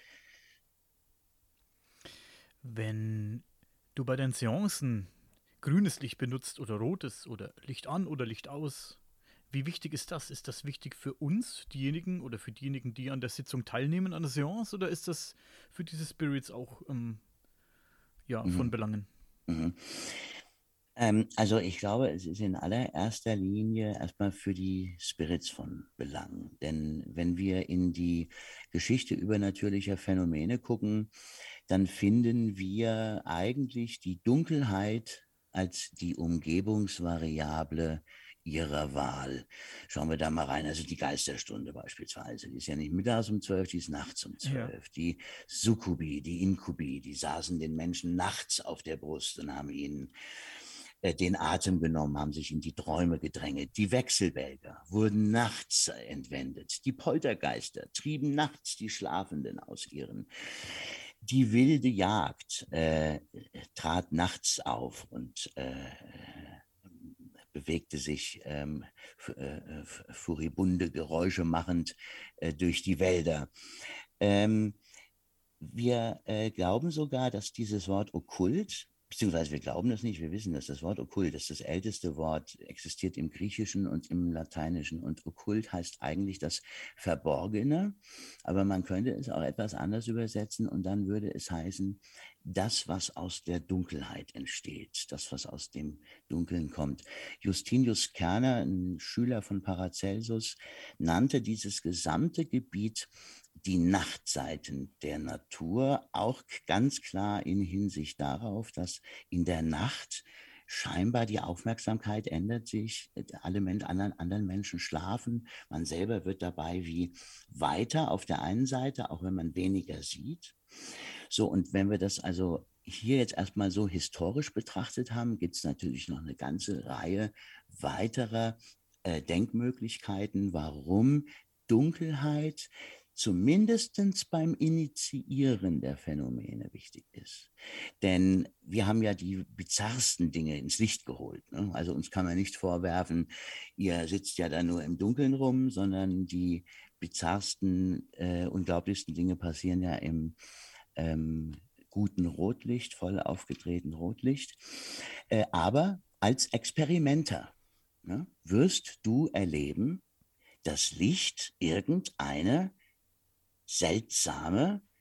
Wenn du bei deinen Seancen grünes Licht benutzt oder rotes oder Licht an oder Licht aus, wie wichtig ist das? Ist das wichtig für uns, diejenigen oder für diejenigen, die an der Sitzung teilnehmen, an der Seance, oder ist das für diese Spirits auch von Belangen? Also ich glaube, es ist in allererster Linie erstmal für die Spirits von Belang. Denn wenn wir in die Geschichte übernatürlicher Phänomene gucken, dann finden wir eigentlich die Dunkelheit als die Umgebungsvariable ihrer Wahl. Schauen wir da mal rein. Also die Geisterstunde beispielsweise, die ist ja nicht mittags um 12, die ist nachts um 12. Ja. Die Sukkubi, die Inkubi, die saßen den Menschen nachts auf der Brust und haben ihnen den Atem genommen, haben sich in die Träume gedrängelt. Die Wechselwälder wurden nachts entwendet. Die Poltergeister trieben nachts die Schlafenden aus ihren. Die wilde Jagd trat nachts auf und bewegte sich furibunde Geräusche machend durch die Wälder. Wir glauben sogar, dass dieses Wort okkult, beziehungsweise wir glauben das nicht, wir wissen, dass das Wort okkult, das ist das älteste Wort, existiert im Griechischen und im Lateinischen. Und okkult heißt eigentlich das Verborgene, aber man könnte es auch etwas anders übersetzen und dann würde es heißen, das, was aus der Dunkelheit entsteht, das, was aus dem Dunkeln kommt. Justinius Kerner, ein Schüler von Paracelsus, nannte dieses gesamte Gebiet die Nachtseiten der Natur, auch ganz klar in Hinsicht darauf, dass in der Nacht scheinbar die Aufmerksamkeit ändert sich, alle anderen Menschen schlafen, man selber wird dabei wie weiter auf der einen Seite, auch wenn man weniger sieht. So, und wenn wir das also hier jetzt erstmal so historisch betrachtet haben, gibt es natürlich noch eine ganze Reihe weiterer Denkmöglichkeiten, warum Dunkelheit zumindest beim Initiieren der Phänomene wichtig ist. Denn wir haben ja die bizarrsten Dinge ins Licht geholt. Ne? Also uns kann man nicht vorwerfen, ihr sitzt ja da nur im Dunkeln rum, sondern die bizarrsten, unglaublichsten Dinge passieren ja im guten Rotlicht, voll aufgedrehten Rotlicht. Aber als Experimenter, ne, wirst du erleben, dass Licht irgendeine seltsame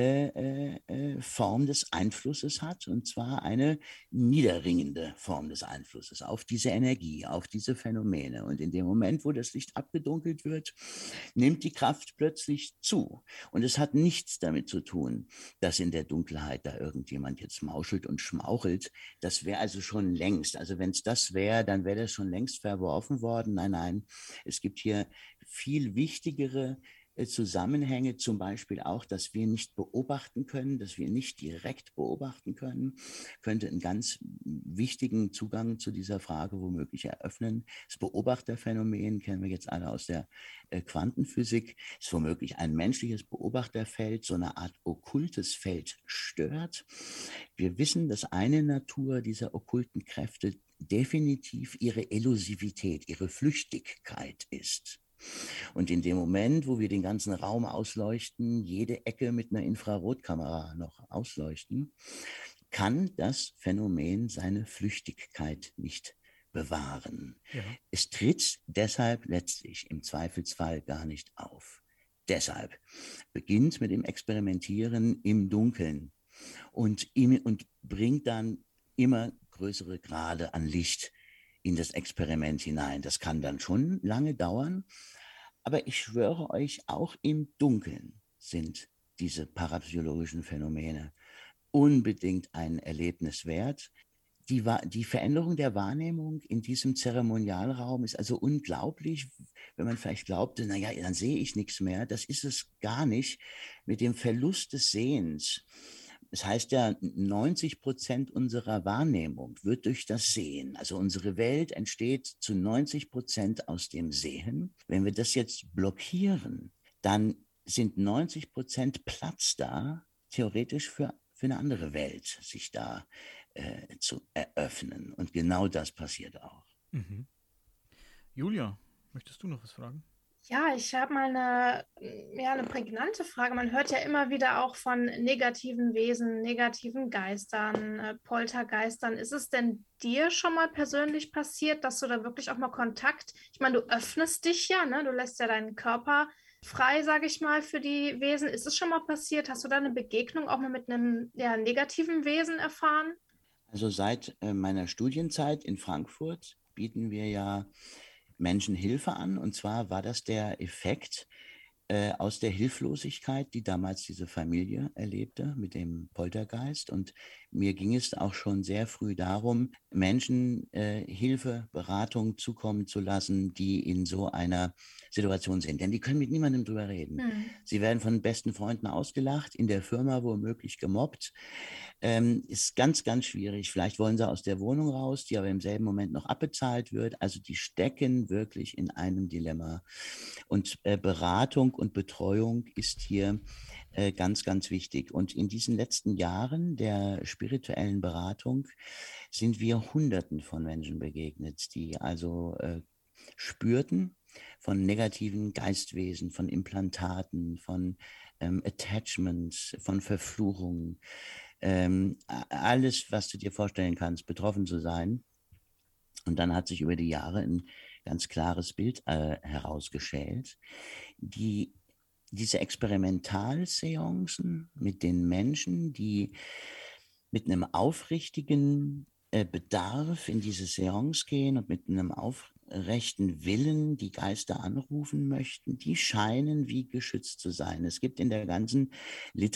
Form des Einflusses hat, und zwar eine niederringende Form des Einflusses auf diese Energie, auf diese Phänomene. Und in dem Moment, wo das Licht abgedunkelt wird, nimmt die Kraft plötzlich zu. Und es hat nichts damit zu tun, dass in der Dunkelheit da irgendjemand jetzt mauschelt und schmauchelt. Das wäre also schon längst, also wenn es das wäre, dann wäre das schon längst verworfen worden. Nein, nein, es gibt hier viel wichtigere Zusammenhänge, zum Beispiel auch, dass wir nicht beobachten können, dass wir nicht direkt beobachten können, könnte einen ganz wichtigen Zugang zu dieser Frage womöglich eröffnen. Das Beobachterphänomen kennen wir jetzt alle aus der Quantenphysik, ist womöglich ein menschliches Beobachterfeld, so eine Art okkultes Feld stört. Wir wissen, dass eine Natur dieser okkulten Kräfte definitiv ihre Elusivität, ihre Flüchtigkeit ist. Und in dem Moment, wo wir den ganzen Raum ausleuchten, jede Ecke mit einer Infrarotkamera noch ausleuchten, kann das Phänomen seine Flüchtigkeit nicht bewahren. Ja. Es tritt deshalb letztlich im Zweifelsfall gar nicht auf. Deshalb beginnt mit dem Experimentieren im Dunkeln und bringt dann immer größere Grade an Licht in das Experiment hinein. Das kann dann schon lange dauern, aber ich schwöre euch, auch im Dunkeln sind diese parapsychologischen Phänomene unbedingt ein Erlebnis wert. Die Veränderung der Wahrnehmung in diesem Zeremonialraum ist also unglaublich, wenn man vielleicht glaubte, naja, dann sehe ich nichts mehr. Das ist es gar nicht. Mit dem Verlust des Sehens, das heißt ja, 90% unserer Wahrnehmung wird durch das Sehen. Also unsere Welt entsteht zu 90% aus dem Sehen. Wenn wir das jetzt blockieren, dann sind 90% Platz da, theoretisch für eine andere Welt sich da zu eröffnen. Und genau das passiert auch. Mhm. Julia, möchtest du noch was fragen? Ja, ich habe mal eine prägnante Frage. Man hört ja immer wieder auch von negativen Wesen, negativen Geistern, Poltergeistern. Ist es denn dir schon mal persönlich passiert, dass du da wirklich auch mal Kontakt, ich meine, du öffnest dich ja, ne? Du lässt ja deinen Körper frei, sage ich mal, für die Wesen. Ist es schon mal passiert? Hast du da eine Begegnung auch mal mit einem negativen Wesen erfahren? Also seit meiner Studienzeit in Frankfurt bieten wir ja Menschen Hilfe an. Und zwar war das der Effekt aus der Hilflosigkeit, die damals diese Familie erlebte mit dem Poltergeist. Und mir ging es auch schon sehr früh darum, Menschen Hilfe, Beratung zukommen zu lassen, die in so einer Situation sind. Denn die können mit niemandem drüber reden. Sie werden von besten Freunden ausgelacht, in der Firma womöglich gemobbt. Ist ganz, ganz schwierig. Vielleicht wollen sie aus der Wohnung raus, die aber im selben Moment noch abbezahlt wird. Also die stecken wirklich in einem Dilemma. Und Beratung und Betreuung ist hier ganz, ganz wichtig. Und in diesen letzten Jahren der spirituellen Beratung sind wir Hunderten von Menschen begegnet, die also spürten von negativen Geistwesen, von Implantaten, von Attachments, von Verfluchungen, alles, was du dir vorstellen kannst, betroffen zu sein. Und dann hat sich über die Jahre ein ganz klares Bild herausgeschält. Diese Experimentalseancen mit den Menschen, die mit einem aufrichtigen Bedarf in diese Seance gehen und mit einem aufrechten Willen die Geister anrufen möchten, die scheinen wie geschützt zu sein. Es gibt in der ganzen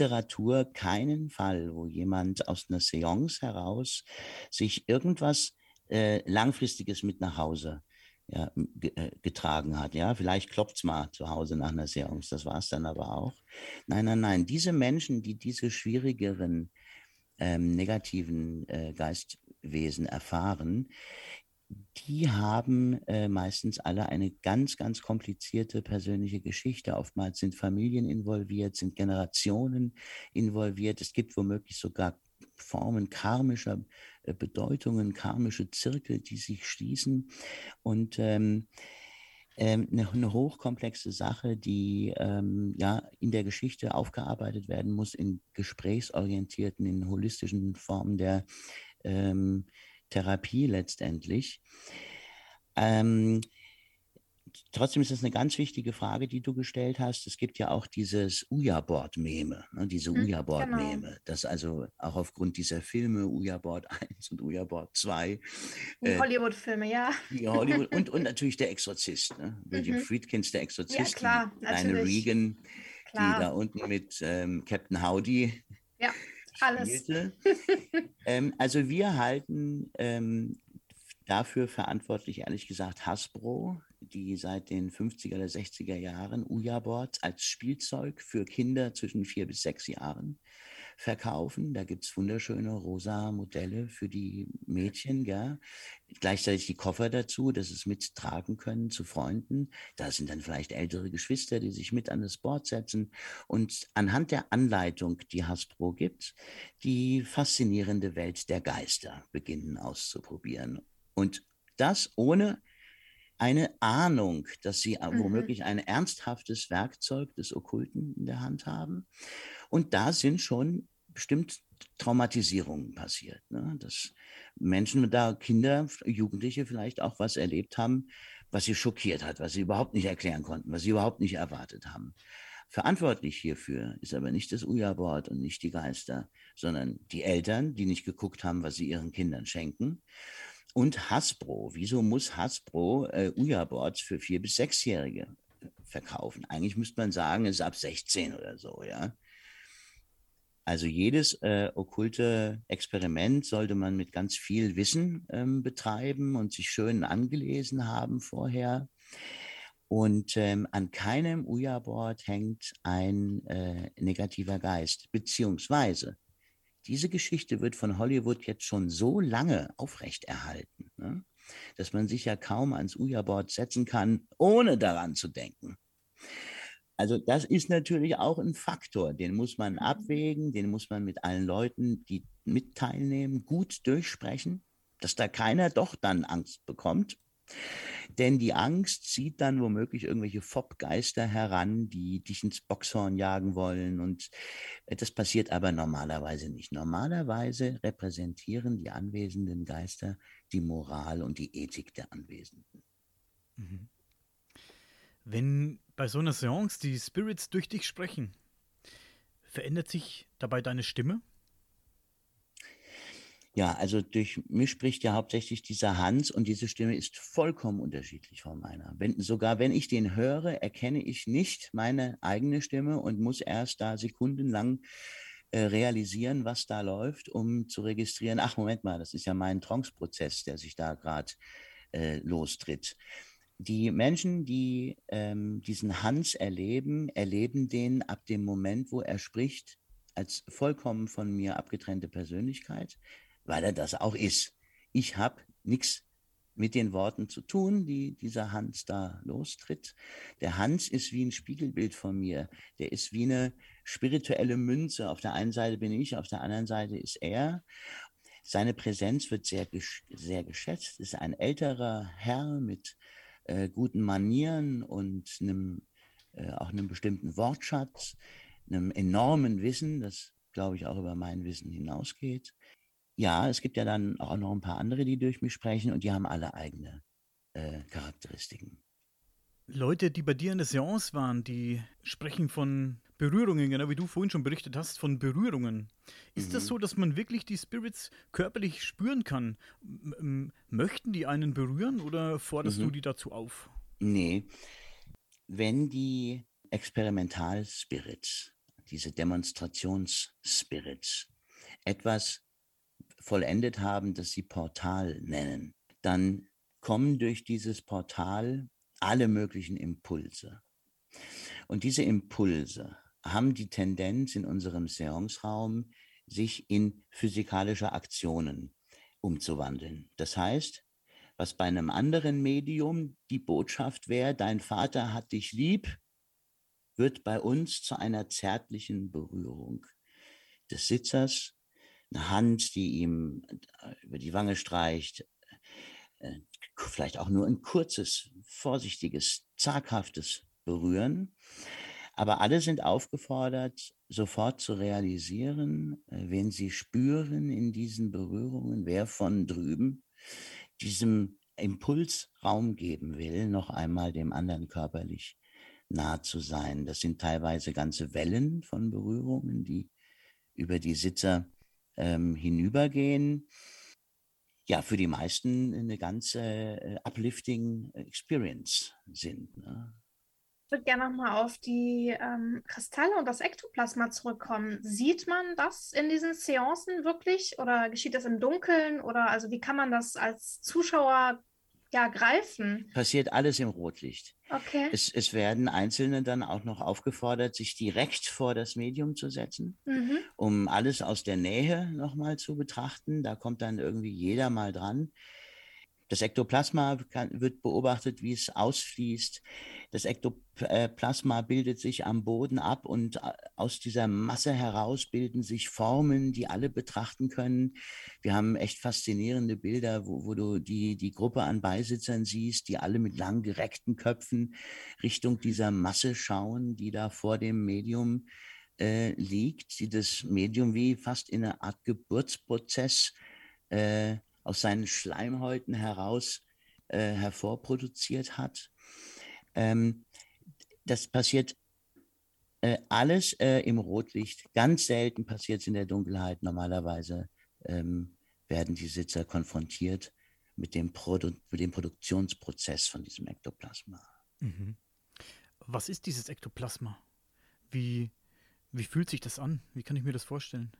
Literatur keinen Fall, wo jemand aus einer Seance heraus sich irgendwas Langfristiges mit nach Hause getragen hat. Ja, vielleicht klopft es mal zu Hause nach einer Seance, das war es dann aber auch. Nein. Diese Menschen, die diese schwierigeren negativen Geistwesen erfahren, die haben meistens alle eine ganz, ganz komplizierte persönliche Geschichte. Oftmals sind Familien involviert, sind Generationen involviert. Es gibt womöglich sogar Formen karmischer Bedeutungen, karmische Zirkel, die sich schließen. Und eine hochkomplexe Sache, die in der Geschichte aufgearbeitet werden muss, in gesprächsorientierten, in holistischen Formen der Therapie letztendlich. Trotzdem ist das eine ganz wichtige Frage, die du gestellt hast. Es gibt ja auch dieses Ouija-Board-Meme, ne, diese Ouija-Board-Meme, Genau. das also auch aufgrund dieser Filme Ouija-Board 1 und Ouija-Board 2 Die Hollywood-Filme, ja. die Hollywood und natürlich der Exorzist, ne? William Friedkins, der Ja, Exorzist, die klar, kleine natürlich. Regan, die da Klar. unten mit Captain Howdy Ja, alles. spielte. Also wir halten dafür verantwortlich, ehrlich gesagt, Hasbro, die seit den 50er oder 60er Jahren Ouija-Boards als Spielzeug für Kinder zwischen 4 bis 6 Jahren verkaufen. Da gibt es wunderschöne rosa Modelle für die Mädchen, ja. Gleichzeitig die Koffer dazu, dass sie es mittragen können zu Freunden. Da sind dann vielleicht ältere Geschwister, die sich mit an das Board setzen und anhand der Anleitung, die Hasbro gibt, die faszinierende Welt der Geister beginnen auszuprobieren. Und das ohne eine Ahnung, dass sie womöglich ein ernsthaftes Werkzeug des Okkulten in der Hand haben. Und da sind schon bestimmt Traumatisierungen passiert, ne? Dass Menschen da, Kinder, Jugendliche vielleicht auch was erlebt haben, was sie schockiert hat, was sie überhaupt nicht erklären konnten, was sie überhaupt nicht erwartet haben. Verantwortlich hierfür ist aber nicht das Ouija-Board und nicht die Geister, sondern die Eltern, die nicht geguckt haben, was sie ihren Kindern schenken. Und Hasbro. Wieso muss Hasbro Ouija-Boards für 4- bis 6-Jährige verkaufen? Eigentlich müsste man sagen, es ist ab 16 oder so, ja. Also jedes okkulte Experiment sollte man mit ganz viel Wissen betreiben und sich schön angelesen haben vorher. Und an keinem Ouija-Board hängt ein negativer Geist, beziehungsweise diese Geschichte wird von Hollywood jetzt schon so lange aufrechterhalten, ne, dass man sich ja kaum ans Ouija-Board setzen kann, ohne daran zu denken. Also das ist natürlich auch ein Faktor, den muss man abwägen, den muss man mit allen Leuten, die mit teilnehmen, gut durchsprechen, dass da keiner doch dann Angst bekommt. Denn die Angst zieht dann womöglich irgendwelche Fopp-Geister heran, die dich ins Boxhorn jagen wollen. Und das passiert aber normalerweise nicht. Normalerweise repräsentieren die anwesenden Geister die Moral und die Ethik der Anwesenden. Mhm. Wenn bei so einer Seance die Spirits durch dich sprechen, verändert sich dabei deine Stimme? Ja, also durch mich spricht ja hauptsächlich dieser Hans und diese Stimme ist vollkommen unterschiedlich von meiner. Sogar wenn ich den höre, erkenne ich nicht meine eigene Stimme und muss erst da sekundenlang realisieren, was da läuft, um zu registrieren, ach Moment mal, das ist ja mein Trance-Prozess, der sich da gerade lostritt. Die Menschen, die diesen Hans erleben den ab dem Moment, wo er spricht, als vollkommen von mir abgetrennte Persönlichkeit, weil er das auch ist. Ich habe nichts mit den Worten zu tun, die dieser Hans da lostritt. Der Hans ist wie ein Spiegelbild von mir. Der ist wie eine spirituelle Münze. Auf der einen Seite bin ich, auf der anderen Seite ist er. Seine Präsenz wird sehr geschätzt. Ist ein älterer Herr mit guten Manieren und auch einem bestimmten Wortschatz, einem enormen Wissen, das, glaube ich, auch über mein Wissen hinausgeht. Ja, es gibt ja dann auch noch ein paar andere, die durch mich sprechen und die haben alle eigene Charakteristiken. Leute, die bei dir in der Seance waren, die sprechen von Berührungen, genau wie du vorhin schon berichtet hast, von Berührungen. Ist das so, dass man wirklich die Spirits körperlich spüren kann? Möchten die einen berühren oder forderst du die dazu auf? Nee, wenn die Experimental-Spirits, diese Demonstrations-Spirits, etwas vollendet haben, das sie Portal nennen, dann kommen durch dieses Portal alle möglichen Impulse. Und diese Impulse haben die Tendenz in unserem Seanceraum, sich in physikalische Aktionen umzuwandeln. Das heißt, was bei einem anderen Medium die Botschaft wäre, dein Vater hat dich lieb, wird bei uns zu einer zärtlichen Berührung des Sitzers, eine Hand, die ihm über die Wange streicht, vielleicht auch nur ein kurzes, vorsichtiges, zaghaftes Berühren. Aber alle sind aufgefordert, sofort zu realisieren, wenn sie spüren in diesen Berührungen, wer von drüben diesem Impuls Raum geben will, noch einmal dem anderen körperlich nah zu sein. Das sind teilweise ganze Wellen von Berührungen, die über die Sitzer hinübergehen. Ja, für die meisten eine ganze uplifting Experience sind. Ne? Ich würde gerne nochmal auf die Kristalle und das Ektoplasma zurückkommen. Sieht man das in diesen Seancen wirklich oder geschieht das im Dunkeln oder also wie kann man das als Zuschauer ja greifen? Passiert alles im Rotlicht. Okay. Es werden Einzelne dann auch noch aufgefordert, sich direkt vor das Medium zu setzen, um alles aus der Nähe nochmal zu betrachten. Da kommt dann irgendwie jeder mal dran. Das Ektoplasma wird beobachtet, wie es ausfließt. Das Ektoplasma bildet sich am Boden ab und aus dieser Masse heraus bilden sich Formen, die alle betrachten können. Wir haben echt faszinierende Bilder, wo du die Gruppe an Beisitzern siehst, die alle mit lang gereckten Köpfen Richtung dieser Masse schauen, die da vor dem Medium liegt, die das Medium wie fast in einer Art Geburtsprozess aus seinen Schleimhäuten heraus hervorproduziert hat. Das passiert alles im Rotlicht. Ganz selten passiert es in der Dunkelheit. Normalerweise werden die Sitzer konfrontiert mit dem Produktionsprozess von diesem Ektoplasma. Mhm. Was ist dieses Ektoplasma? Wie fühlt sich das an? Wie kann ich mir das vorstellen?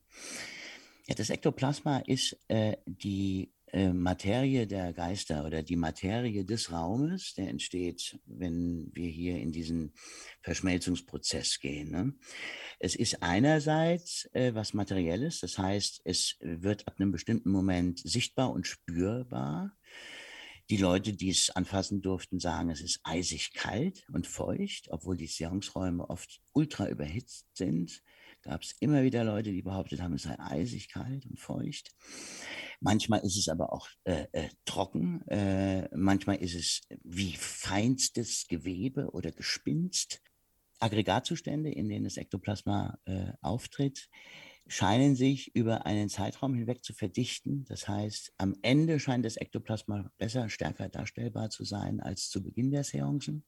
Ja, das Ektoplasma ist die Materie der Geister oder die Materie des Raumes, der entsteht, wenn wir hier in diesen Verschmelzungsprozess gehen. Ne? Es ist einerseits was Materielles, das heißt, es wird ab einem bestimmten Moment sichtbar und spürbar. Die Leute, die es anfassen durften, sagen, es ist eisig kalt und feucht, obwohl die Seanceräume oft ultra überhitzt sind. Gab es immer wieder Leute, die behauptet haben, es sei eisig kalt und feucht. Manchmal ist es aber auch trocken. Manchmal ist es wie feinstes Gewebe oder Gespinst. Aggregatzustände, in denen das Ektoplasma auftritt, scheinen sich über einen Zeitraum hinweg zu verdichten. Das heißt, am Ende scheint das Ektoplasma besser, stärker darstellbar zu sein als zu Beginn der Seancen.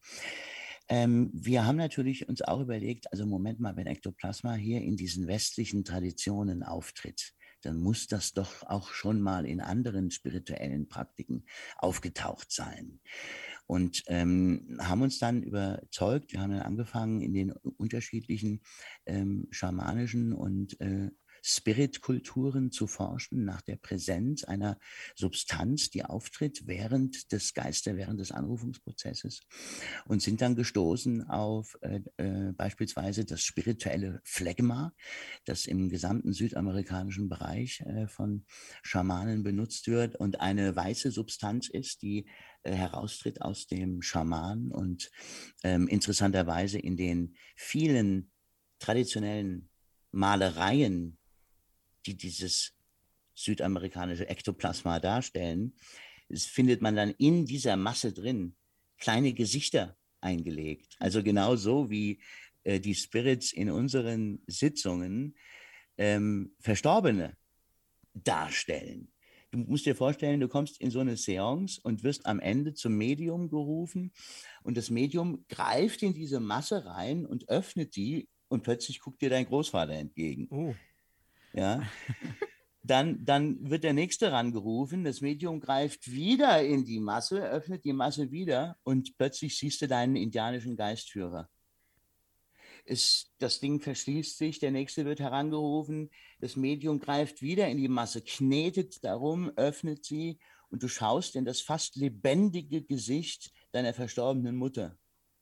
Wir haben natürlich uns auch überlegt, also Moment mal, wenn Ektoplasma hier in diesen westlichen Traditionen auftritt, dann muss das doch auch schon mal in anderen spirituellen Praktiken aufgetaucht sein. Und haben uns dann überzeugt, wir haben dann angefangen, in den unterschiedlichen schamanischen und Spirit-Kulturen zu forschen nach der Präsenz einer Substanz, die auftritt während des Anrufungsprozesses und sind dann gestoßen auf beispielsweise das spirituelle Phlegma, das im gesamten südamerikanischen Bereich von Schamanen benutzt wird und eine weiße Substanz ist, die heraustritt aus dem Schaman und interessanterweise in den vielen traditionellen Malereien, die dieses südamerikanische Ektoplasma darstellen, findet man dann in dieser Masse drin kleine Gesichter eingelegt. Also genauso wie die Spirits in unseren Sitzungen Verstorbene darstellen. Du musst dir vorstellen, du kommst in so eine Seance und wirst am Ende zum Medium gerufen und das Medium greift in diese Masse rein und öffnet die und plötzlich guckt dir dein Großvater entgegen. Oh. Ja. Dann wird der Nächste rangerufen, das Medium greift wieder in die Masse, öffnet die Masse wieder und plötzlich siehst du deinen indianischen Geistführer. Das Ding verschließt sich, der Nächste wird herangerufen, Das Medium greift wieder in die Masse, knetet darum, öffnet sie und du schaust in das fast lebendige Gesicht deiner verstorbenen Mutter.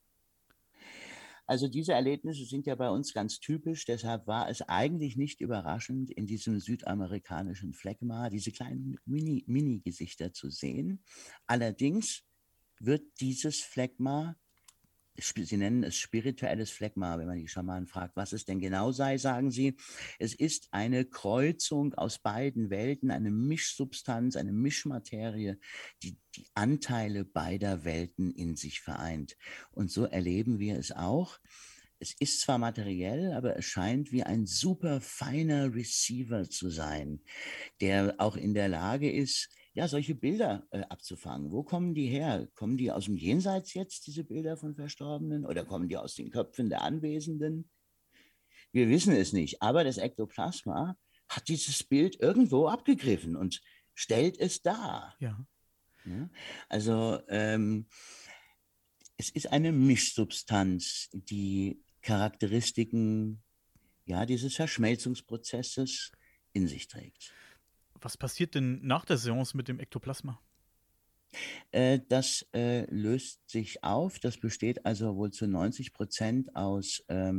Also diese Erlebnisse sind ja bei uns ganz typisch, deshalb war es eigentlich nicht überraschend, in diesem südamerikanischen Phlegma diese kleinen Mini-Gesichter zu sehen. Allerdings wird dieses Phlegma, Sie nennen es spirituelles Phlegma, wenn man die Schamanen fragt, was es denn genau sei, sagen sie, es ist eine Kreuzung aus beiden Welten, eine Mischsubstanz, eine Mischmaterie, die die Anteile beider Welten in sich vereint. Und so erleben wir es auch. Es ist zwar materiell, aber es scheint wie ein super feiner Receiver zu sein, der auch in der Lage ist, ja, solche Bilder abzufangen. Wo kommen die her? Kommen die aus dem Jenseits jetzt, diese Bilder von Verstorbenen? Oder kommen die aus den Köpfen der Anwesenden? Wir wissen es nicht. Aber das Ektoplasma hat dieses Bild irgendwo abgegriffen und stellt es dar. Ja. Ja? Also es ist eine Mischsubstanz, die Charakteristiken dieses Verschmelzungsprozesses in sich trägt. Was passiert denn nach der Seance mit dem Ektoplasma? Das löst sich auf. Das besteht also wohl zu 90% aus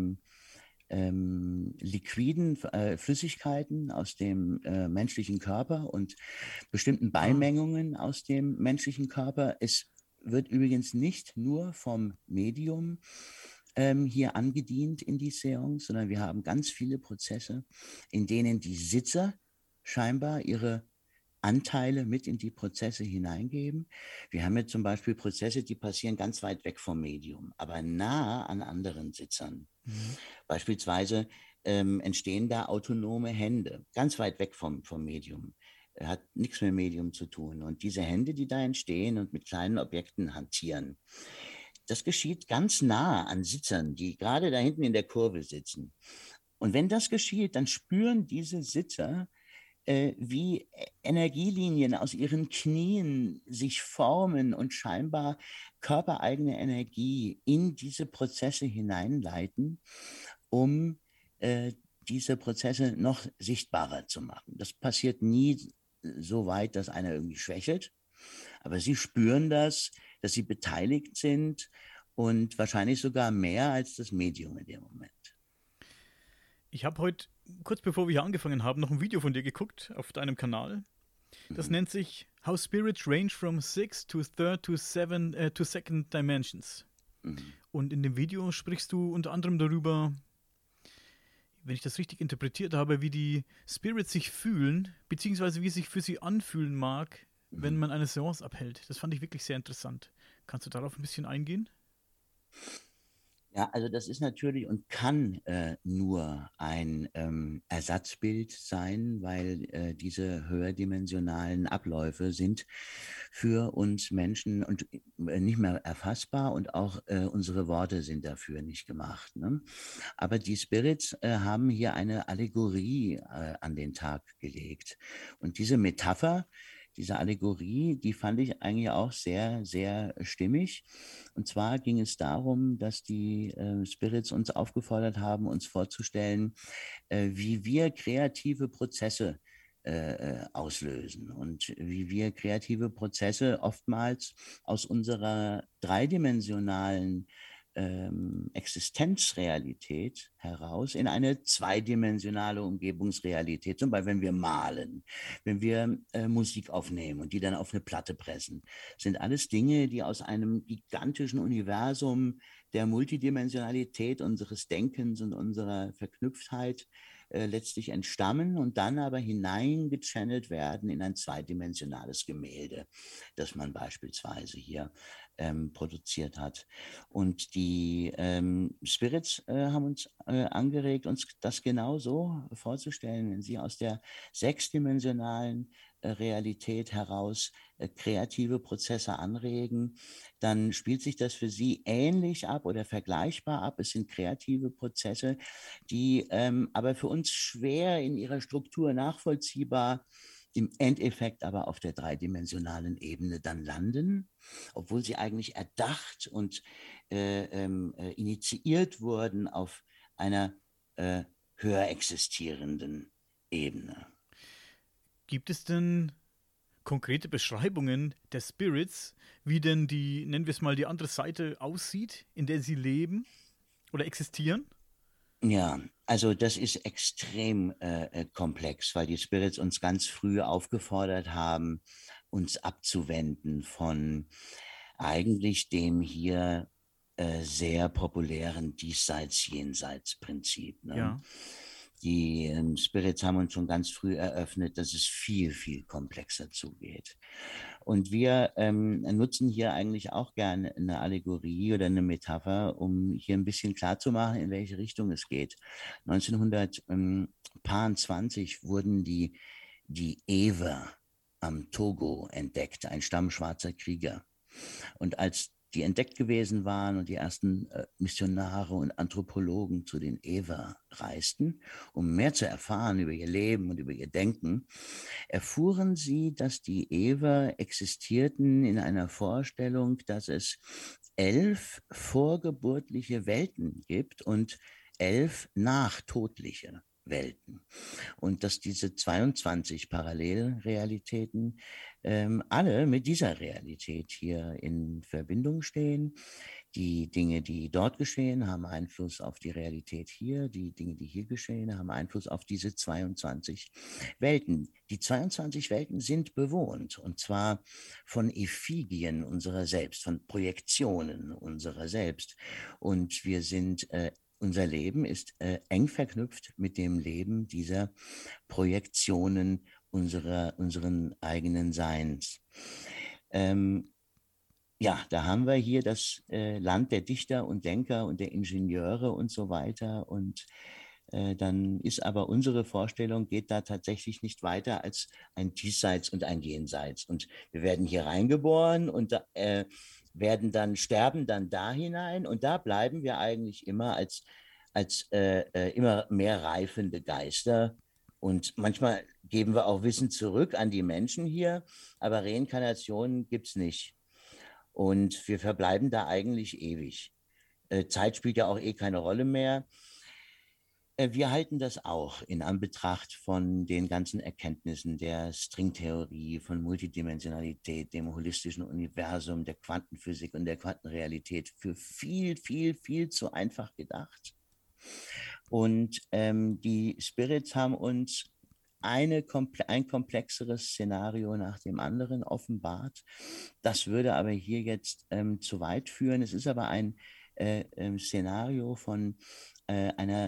liquiden Flüssigkeiten aus dem menschlichen Körper und bestimmten Beimengungen aus dem menschlichen Körper. Es wird übrigens nicht nur vom Medium hier angedient in die Seance, sondern wir haben ganz viele Prozesse, in denen die Sitzer scheinbar ihre Anteile mit in die Prozesse hineingeben. Wir haben jetzt zum Beispiel Prozesse, die passieren ganz weit weg vom Medium, aber nah an anderen Sitzern. Beispielsweise entstehen da autonome Hände, ganz weit weg vom Medium. Hat nichts mit Medium zu tun. Und diese Hände, die da entstehen und mit kleinen Objekten hantieren, das geschieht ganz nah an Sitzern, die gerade da hinten in der Kurve sitzen. Und wenn das geschieht, dann spüren diese Sitzer, wie Energielinien aus ihren Knien sich formen und scheinbar körpereigene Energie in diese Prozesse hineinleiten, um diese Prozesse noch sichtbarer zu machen. Das passiert nie so weit, dass einer irgendwie schwächelt, aber sie spüren das, dass sie beteiligt sind und wahrscheinlich sogar mehr als das Medium in dem Moment. Ich habe heute, kurz bevor wir hier angefangen haben, noch ein Video von dir geguckt auf deinem Kanal. Das nennt sich How Spirits Range from 6 to 3rd to 7 to Second Dimensions. Und in dem Video sprichst du unter anderem darüber, wenn ich das richtig interpretiert habe, wie die Spirits sich fühlen, beziehungsweise wie es sich für sie anfühlen mag, wenn man eine Seance abhält. Das fand ich wirklich sehr interessant. Kannst du darauf ein bisschen eingehen? Ja, also das ist natürlich und kann nur ein Ersatzbild sein, weil diese höherdimensionalen Abläufe sind für uns Menschen und nicht mehr erfassbar und auch unsere Worte sind dafür nicht gemacht. Ne? Aber die Spirits haben hier eine Allegorie an den Tag gelegt. Und diese Metapher, diese Allegorie, die fand ich eigentlich auch sehr, sehr stimmig. Und zwar ging es darum, dass die Spirits uns aufgefordert haben, uns vorzustellen, wie wir kreative Prozesse auslösen und wie wir kreative Prozesse oftmals aus unserer dreidimensionalen Existenzrealität heraus in eine zweidimensionale Umgebungsrealität, zum Beispiel wenn wir malen, wenn wir Musik aufnehmen und die dann auf eine Platte pressen, sind alles Dinge, die aus einem gigantischen Universum der Multidimensionalität unseres Denkens und unserer Verknüpftheit letztlich entstammen und dann aber hineingechannelt werden in ein zweidimensionales Gemälde, das man beispielsweise hier produziert hat. Und die Spirits haben uns angeregt, uns das genauso vorzustellen, wenn sie aus der sechsdimensionalen Realität heraus kreative Prozesse anregen, dann spielt sich das für sie ähnlich ab oder vergleichbar ab. Es sind kreative Prozesse, die aber für uns schwer in ihrer Struktur nachvollziehbar im Endeffekt aber auf der dreidimensionalen Ebene dann landen, obwohl sie eigentlich erdacht und initiiert wurden auf einer höher existierenden Ebene. Gibt es denn konkrete Beschreibungen der Spirits, wie denn die, nennen wir es mal, die andere Seite aussieht, in der sie leben oder existieren? Ja, also das ist extrem komplex, weil die Spirits uns ganz früh aufgefordert haben, uns abzuwenden von eigentlich dem hier sehr populären Diesseits-Jenseits-Prinzip. Ne? Ja. Die Spirits haben uns schon ganz früh eröffnet, dass es viel, viel komplexer zugeht. Und wir nutzen hier eigentlich auch gerne eine Allegorie oder eine Metapher, um hier ein bisschen klarzumachen, in welche Richtung es geht. 1920 wurden die Ewer am Togo entdeckt, ein Stamm schwarzer Krieger. Und als die entdeckt gewesen waren und die ersten Missionare und Anthropologen zu den Ewer reisten, um mehr zu erfahren über ihr Leben und über ihr Denken, erfuhren sie, dass die Ewer existierten in einer Vorstellung, dass es 11 vorgeburtliche Welten gibt und 11 nachtodliche Welten. Und dass diese 22 Parallelrealitäten alle mit dieser Realität hier in Verbindung stehen. Die Dinge, die dort geschehen, haben Einfluss auf die Realität hier. Die Dinge, die hier geschehen, haben Einfluss auf diese 22 Welten. Die 22 Welten sind bewohnt, und zwar von Ephigien unserer selbst, von Projektionen unserer selbst. Und wir sind unser Leben ist eng verknüpft mit dem Leben dieser Projektionen unseren eigenen Seins. Ja, da haben wir hier das Land der Dichter und Denker und der Ingenieure und so weiter. Und dann ist aber unsere Vorstellung, geht da tatsächlich nicht weiter als ein Diesseits und ein Jenseits. Und wir werden hier reingeboren und werden dann sterben dann da hinein, und da bleiben wir eigentlich immer als immer mehr reifende Geister. Und manchmal geben wir auch Wissen zurück an die Menschen hier, aber Reinkarnationen gibt es nicht. Und wir verbleiben da eigentlich ewig. Zeit spielt ja auch keine Rolle mehr. Wir halten das auch in Anbetracht von den ganzen Erkenntnissen der Stringtheorie, von Multidimensionalität, dem holistischen Universum, der Quantenphysik und der Quantenrealität für viel, viel, viel zu einfach gedacht. Und die Spirits haben uns ein komplexeres Szenario nach dem anderen offenbart. Das würde aber hier jetzt zu weit führen. Es ist aber ein Szenario von einer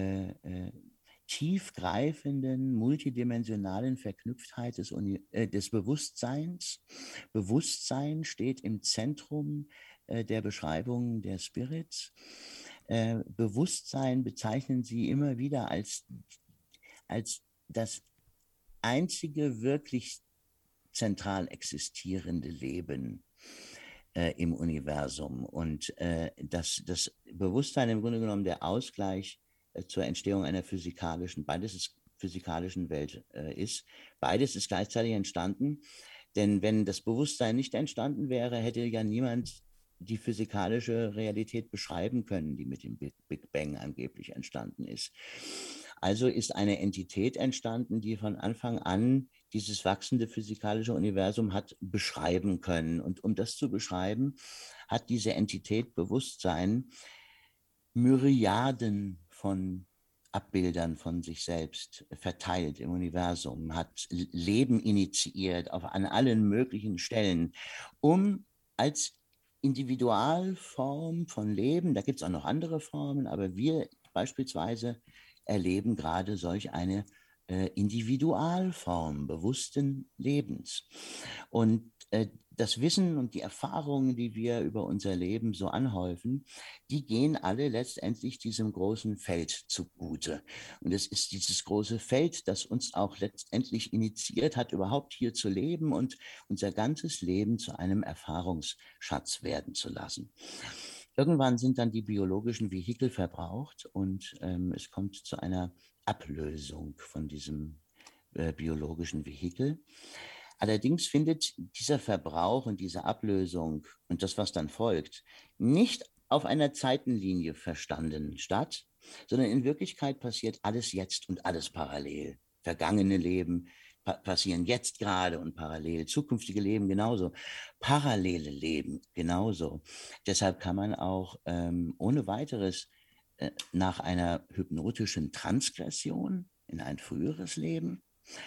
tiefgreifenden, multidimensionalen Verknüpftheit des Bewusstseins. Bewusstsein steht im Zentrum der Beschreibung der Spirits. Bewusstsein bezeichnen sie immer wieder als das einzige wirklich zentral existierende Leben im Universum. Und das Bewusstsein im Grunde genommen der Ausgleich zur Entstehung einer physikalischen Welt ist. Beides ist gleichzeitig entstanden, denn wenn das Bewusstsein nicht entstanden wäre, hätte ja niemand die physikalische Realität beschreiben können, die mit dem Big Bang angeblich entstanden ist. Also ist eine Entität entstanden, die von Anfang an dieses wachsende physikalische Universum hat beschreiben können. Und um das zu beschreiben, hat diese Entität Bewusstsein Myriaden von Abbildern von sich selbst verteilt im Universum, hat Leben initiiert an allen möglichen Stellen, um als Individualform von Leben, da gibt es auch noch andere Formen, aber wir beispielsweise erleben gerade solch eine Individualform bewussten Lebens. Und das Wissen und die Erfahrungen, die wir über unser Leben so anhäufen, die gehen alle letztendlich diesem großen Feld zugute. Und es ist dieses große Feld, das uns auch letztendlich initiiert hat, überhaupt hier zu leben und unser ganzes Leben zu einem Erfahrungsschatz werden zu lassen. Irgendwann sind dann die biologischen Vehikel verbraucht und es kommt zu einer Ablösung von diesem biologischen Vehikel. Allerdings findet dieser Verbrauch und diese Ablösung und das, was dann folgt, nicht auf einer Zeitenlinie verstanden statt, sondern in Wirklichkeit passiert alles jetzt und alles parallel. vergangene Leben passieren jetzt gerade und parallel zukünftige Leben genauso, parallele Leben genauso. Deshalb kann man auch ohne weiteres nach einer hypnotischen Transgression in ein früheres Leben,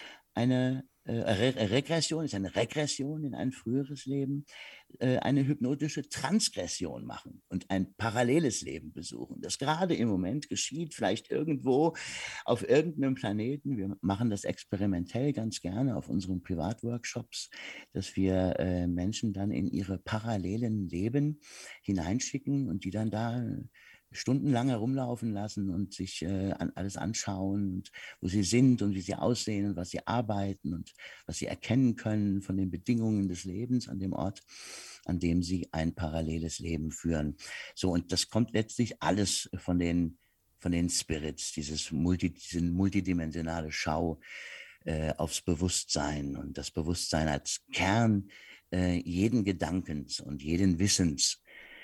eine Regression ist eine Regression in ein früheres Leben, eine hypnotische Transgression machen und ein paralleles Leben besuchen. Das gerade im Moment geschieht, vielleicht irgendwo auf irgendeinem Planeten. Wir machen das experimentell ganz gerne auf unseren Privatworkshops, dass wir Menschen dann in ihre parallelen Leben hineinschicken und die dann da stundenlang herumlaufen lassen und sich alles anschauen, und wo sie sind und wie sie aussehen und was sie arbeiten und was sie erkennen können von den Bedingungen des Lebens an dem Ort, an dem sie ein paralleles Leben führen. So, und das kommt letztlich alles von den Spirits, diese multidimensionale Schau aufs Bewusstsein und das Bewusstsein als Kern jeden Gedankens und jeden Wissens.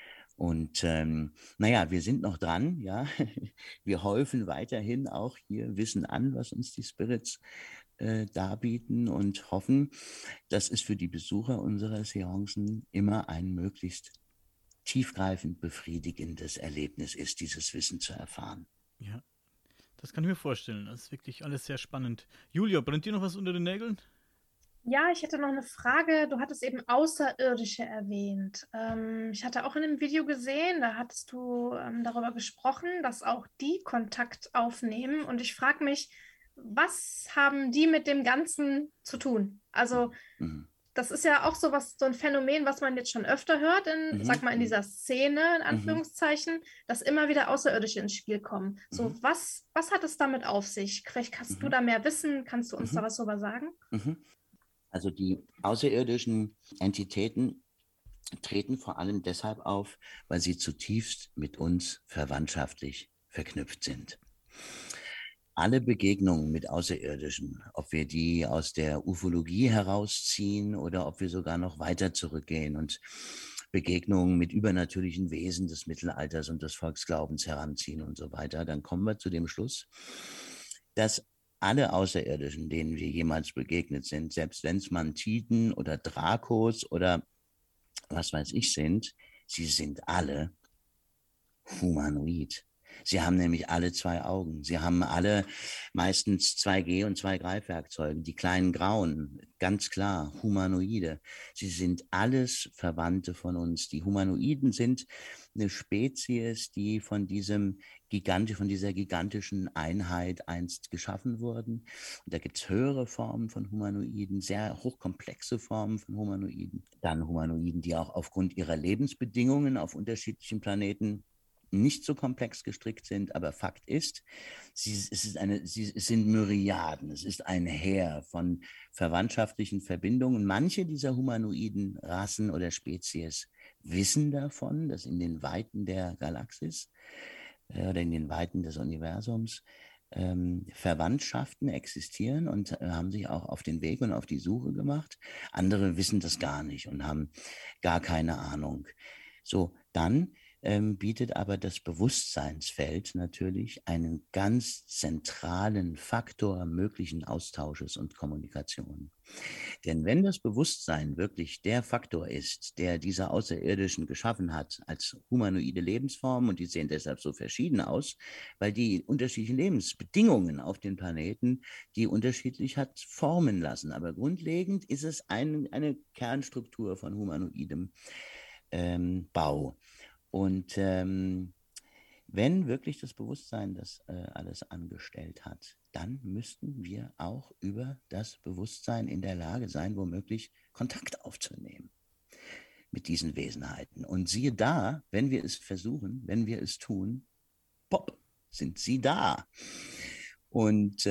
Und wir sind noch dran, ja. Wir häufen weiterhin auch hier Wissen an, was uns die Spirits darbieten, und hoffen, dass es für die Besucher unserer Seancen immer ein möglichst tiefgreifend befriedigendes Erlebnis ist, dieses Wissen zu erfahren. Ja, das kann ich mir vorstellen. Das ist wirklich alles sehr spannend. Julia, brennt dir noch was unter den Nägeln? Ja, ich hätte noch eine Frage. Du hattest eben Außerirdische erwähnt. Ich hatte auch in einem Video gesehen, da hattest du darüber gesprochen, dass auch die Kontakt aufnehmen. Und ich frage mich, was haben die mit dem Ganzen zu tun? Also, das ist ja auch so ein Phänomen, was man jetzt schon öfter hört, sag mal, in dieser Szene, in Anführungszeichen, dass immer wieder Außerirdische ins Spiel kommen. So, was hat es damit auf sich? Vielleicht hast du da mehr Wissen, kannst du uns da was drüber sagen? Also die außerirdischen Entitäten treten vor allem deshalb auf, weil sie zutiefst mit uns verwandtschaftlich verknüpft sind. Alle Begegnungen mit Außerirdischen, ob wir die aus der Ufologie herausziehen oder ob wir sogar noch weiter zurückgehen und Begegnungen mit übernatürlichen Wesen des Mittelalters und des Volksglaubens heranziehen und so weiter, dann kommen wir zu dem Schluss, dass alle Außerirdischen, denen wir jemals begegnet sind, selbst wenn es Mantiden oder Drakos oder was weiß ich sind, sie sind alle humanoid. Sie haben nämlich alle zwei Augen. Sie haben alle meistens 2G und 2 Greifwerkzeuge. Die kleinen Grauen, ganz klar, Humanoide. Sie sind alles Verwandte von uns. Die Humanoiden sind eine Spezies, die von dieser gigantischen Einheit einst geschaffen wurden. Und da gibt es höhere Formen von Humanoiden, sehr hochkomplexe Formen von Humanoiden. Dann Humanoiden, die auch aufgrund ihrer Lebensbedingungen auf unterschiedlichen Planeten nicht so komplex gestrickt sind, aber Fakt ist, es sind Myriaden, es ist ein Heer von verwandtschaftlichen Verbindungen. Manche dieser humanoiden Rassen oder Spezies wissen davon, dass in den Weiten der Galaxis oder in den Weiten des Universums Verwandtschaften existieren und haben sich auch auf den Weg und auf die Suche gemacht. Andere wissen das gar nicht und haben gar keine Ahnung. So, dann bietet aber das Bewusstseinsfeld natürlich einen ganz zentralen Faktor möglichen Austausches und Kommunikation. Denn wenn das Bewusstsein wirklich der Faktor ist, der diese Außerirdischen geschaffen hat als humanoide Lebensformen, und die sehen deshalb so verschieden aus, weil die unterschiedlichen Lebensbedingungen auf den Planeten die unterschiedlich hat formen lassen. Aber grundlegend ist es eine Kernstruktur von humanoidem Bau. Und wenn wirklich das Bewusstsein das alles angestellt hat, dann müssten wir auch über das Bewusstsein in der Lage sein, womöglich Kontakt aufzunehmen mit diesen Wesenheiten. Und siehe da, wenn wir es versuchen, wenn wir es tun, pop, sind sie da. Und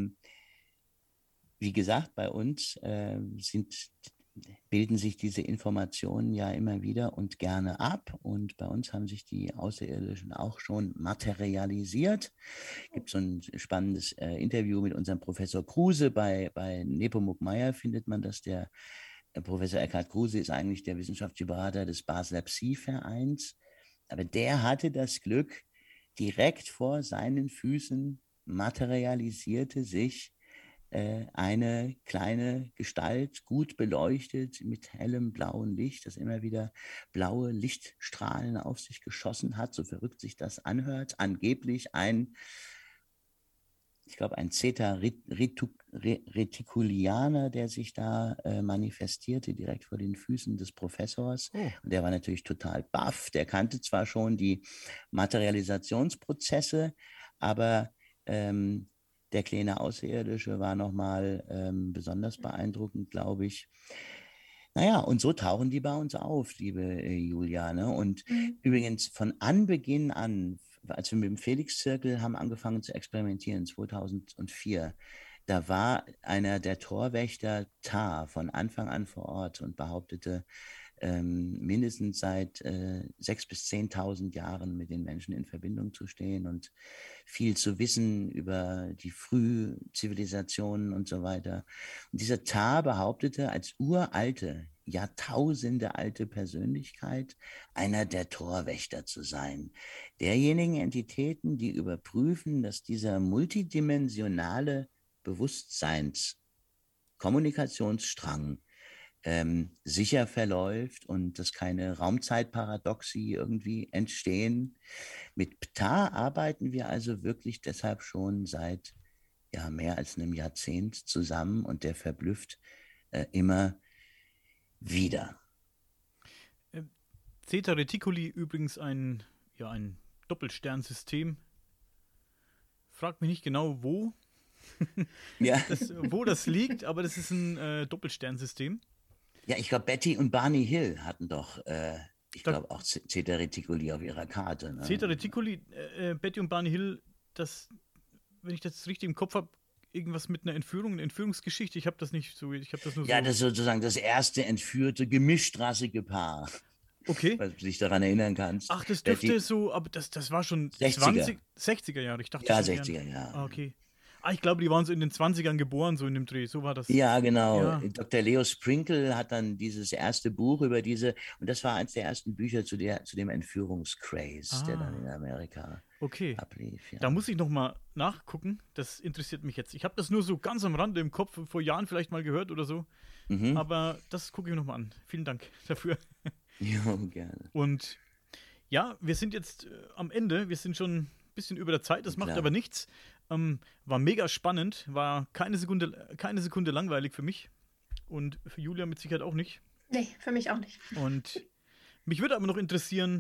wie gesagt, bei uns bilden sich diese Informationen ja immer wieder und gerne ab. Und bei uns haben sich die Außerirdischen auch schon materialisiert. Es gibt so ein spannendes Interview mit unserem Professor Kruse bei Nepomuk Meyer, findet man das. Der Professor Eckhard Kruse ist eigentlich der wissenschaftliche Berater des Basler Psi-Vereins. Aber der hatte das Glück, direkt vor seinen Füßen materialisierte sich eine kleine Gestalt, gut beleuchtet mit hellem blauen Licht, das immer wieder blaue Lichtstrahlen auf sich geschossen hat, so verrückt sich das anhört. Angeblich ich glaube, ein Reticulianer, der sich da manifestierte, direkt vor den Füßen des Professors. Oh. Und der war natürlich total baff. Der kannte zwar schon die Materialisationsprozesse, aber der kleine Außerirdische war nochmal besonders beeindruckend, glaube ich. Naja, und so tauchen die bei uns auf, liebe Julia. Ne? Und übrigens von Anbeginn an, als wir mit dem Felix-Zirkel haben angefangen zu experimentieren, 2004, da war einer der Torwächter Tar von Anfang an vor Ort und behauptete, mindestens seit 6.000 bis 10.000 Jahren mit den Menschen in Verbindung zu stehen und viel zu wissen über die Frühzivilisationen und so weiter. Und dieser Tar behauptete als uralte, Jahrtausende alte Persönlichkeit, einer der Torwächter zu sein. Derjenigen Entitäten, die überprüfen, dass dieser multidimensionale Bewusstseinskommunikationsstrang sicher verläuft und dass keine Raumzeitparadoxie irgendwie entstehen. Mit Ptah arbeiten wir also wirklich deshalb schon seit mehr als einem Jahrzehnt zusammen und der verblüfft immer wieder. Zeta Reticuli übrigens ein Doppelsternsystem. Frag mich nicht genau, wo. Wo das liegt, aber das ist ein Doppelsternsystem. Ja, ich glaube, Betty und Barney Hill hatten doch, auch Zeta Reticuli auf ihrer Karte. Ne? Zeta Reticuli, Betty und Barney Hill, wenn ich das richtig im Kopf habe, irgendwas mit einer eine Entführungsgeschichte. Ich habe das nicht so. Ja, das ist sozusagen das erste entführte, gemischtrassige Paar. Okay. Weil du dich daran erinnern kannst. Ach, das dürfte aber das war schon 60er Jahre. Ich dachte, ja, 60er Jahre. Ah, okay. Ich glaube, die waren so in den 20ern geboren, so in dem Dreh. So war das. Ja, genau. Ja. Dr. Leo Sprinkle hat dann dieses erste Buch und das war eines der ersten Bücher zu dem Entführungscraze, der dann in Amerika ablief. Ja. Da muss ich nochmal nachgucken. Das interessiert mich jetzt. Ich habe das nur so ganz am Rande im Kopf, vor Jahren vielleicht mal gehört oder so. Aber das gucke ich mir nochmal an. Vielen Dank dafür. Ja, gerne. Und ja, wir sind jetzt am Ende. Wir sind schon ein bisschen über der Zeit. Das macht aber nichts. War mega spannend, war keine Sekunde langweilig für mich und für Julia mit Sicherheit auch nicht. Nee, für mich auch nicht. Und mich würde aber noch interessieren,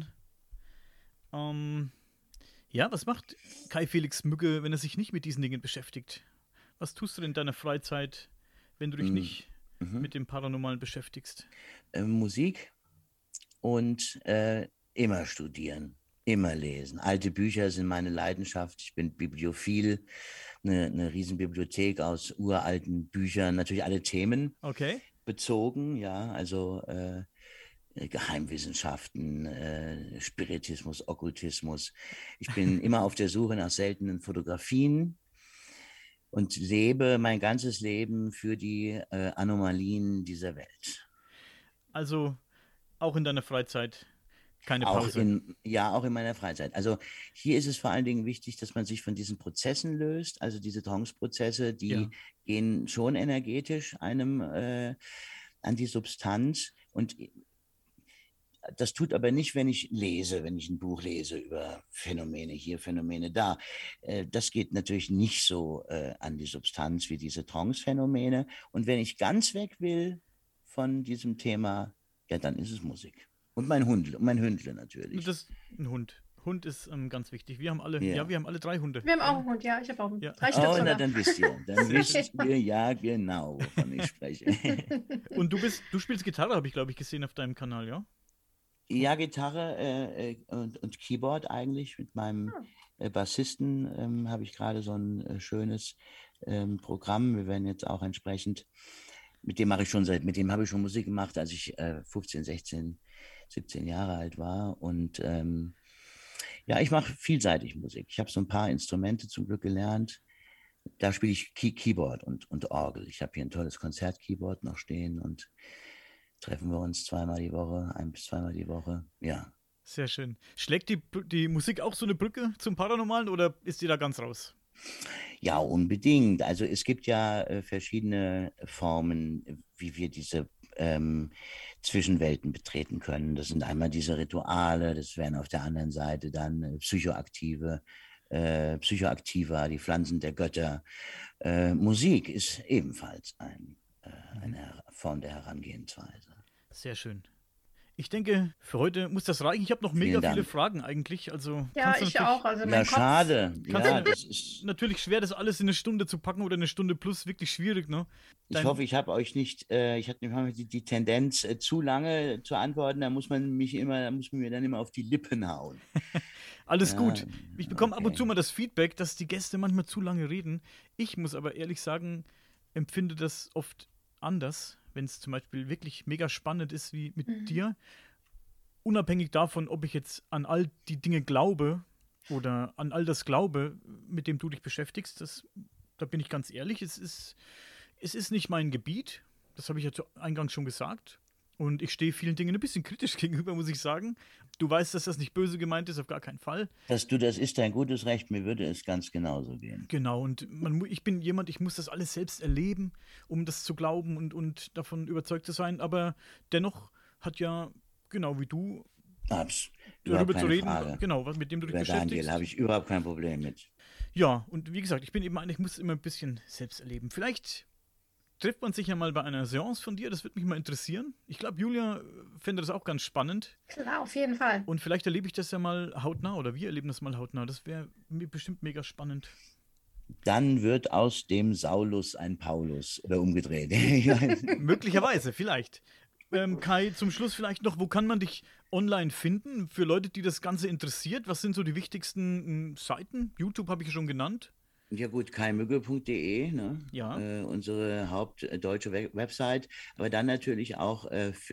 was macht Kai Felix Mügge, wenn er sich nicht mit diesen Dingen beschäftigt? Was tust du denn in deiner Freizeit, wenn du dich nicht mit dem Paranormalen beschäftigst? Musik und immer studieren. Immer lesen. Alte Bücher sind meine Leidenschaft. Ich bin bibliophil, eine Riesenbibliothek aus uralten Büchern, natürlich alle Themen bezogen, ja, also Geheimwissenschaften, Spiritismus, Okkultismus. Ich bin immer auf der Suche nach seltenen Fotografien und lebe mein ganzes Leben für die Anomalien dieser Welt. Also auch in deiner Freizeit? Keine Pause. Auch in meiner Freizeit. Also hier ist es vor allen Dingen wichtig, dass man sich von diesen Prozessen löst. Also diese Trance-Prozesse, die gehen schon energetisch einem an die Substanz. Und das tut aber nicht, wenn ich ein Buch lese über Phänomene hier, Phänomene da. Das geht natürlich nicht so an die Substanz wie diese Trance-Phänomene. Und wenn ich ganz weg will von diesem Thema, dann ist es Musik. Und mein Hündle natürlich. Das ein Hund. Hund ist ganz wichtig. Wir haben alle 3 Hunde. Wir haben auch einen Hund, ja. Ich habe auch einen. 3 Stück sogar. Na, dann wisst ihr. Dann wisst ihr ja genau, wovon ich spreche. Und du spielst Gitarre, habe ich, glaube ich, gesehen auf deinem Kanal, ja? Ja, Gitarre und Keyboard eigentlich. Mit meinem Bassisten habe ich gerade so ein schönes Programm. Wir werden jetzt auch entsprechend, mit dem habe ich schon Musik gemacht, als ich 15, 16, 17 Jahre alt war. Und ich mache vielseitig Musik. Ich habe so ein paar Instrumente zum Glück gelernt. Da spiele ich Keyboard und Orgel. Ich habe hier ein tolles Konzert-Keyboard noch stehen und treffen wir uns 1 bis 2 Mal die Woche. Ja. Sehr schön. Schlägt die Musik auch so eine Brücke zum Paranormalen oder ist die da ganz raus? Ja, unbedingt. Also es gibt ja verschiedene Formen, wie wir diese Zwischenwelten betreten können. Das sind einmal diese Rituale, das wären auf der anderen Seite dann Psychoaktiva, die Pflanzen der Götter. Musik ist ebenfalls eine Form der Herangehensweise. Sehr schön. Ich denke, für heute muss das reichen. Ich habe noch mega viele Fragen eigentlich. Also ja, ich auch. Also ja, schade. Ja, das ist natürlich schwer, das alles in eine Stunde zu packen oder eine Stunde plus. Wirklich schwierig, ne? Ich hoffe, ich habe euch nicht, ich hatte die Tendenz, zu lange zu antworten. Da muss man mir dann immer auf die Lippen hauen. Alles gut. Ich bekomme ab und zu mal das Feedback, dass die Gäste manchmal zu lange reden. Ich muss aber ehrlich sagen, empfinde das oft anders, wenn es zum Beispiel wirklich mega spannend ist wie mit dir. Unabhängig davon, ob ich jetzt an all die Dinge glaube oder an all das glaube, mit dem du dich beschäftigst, da bin ich ganz ehrlich, es ist nicht mein Gebiet. Das habe ich ja eingangs schon gesagt. Und ich stehe vielen Dingen ein bisschen kritisch gegenüber, muss ich sagen. Du weißt, dass das nicht böse gemeint ist, auf gar keinen Fall. Das ist dein gutes Recht, mir würde es ganz genauso gehen. Genau, und ich bin jemand, ich muss das alles selbst erleben, um das zu glauben und davon überzeugt zu sein. Aber dennoch hat ja, genau wie du, darüber zu reden, Frage. Genau, mit dem du dich beschäftigst. Daniel, habe ich überhaupt kein Problem mit. Ja, und wie gesagt, ich muss immer ein bisschen selbst erleben. Vielleicht trifft man sich ja mal bei einer Seance von dir, das würde mich mal interessieren. Ich glaube, Julia fände das auch ganz spannend. Klar, auf jeden Fall. Und vielleicht erlebe ich das ja mal hautnah oder wir erleben das mal hautnah. Das wäre mir bestimmt mega spannend. Dann wird aus dem Saulus ein Paulus oder umgedreht. Möglicherweise, vielleicht. Kai, zum Schluss vielleicht noch, wo kann man dich online finden? Für Leute, die das Ganze interessiert, was sind so die wichtigsten Seiten? YouTube habe ich schon genannt. Ja gut, kaimügge.de, ne? Ja. Unsere hauptdeutsche Website, aber dann natürlich auch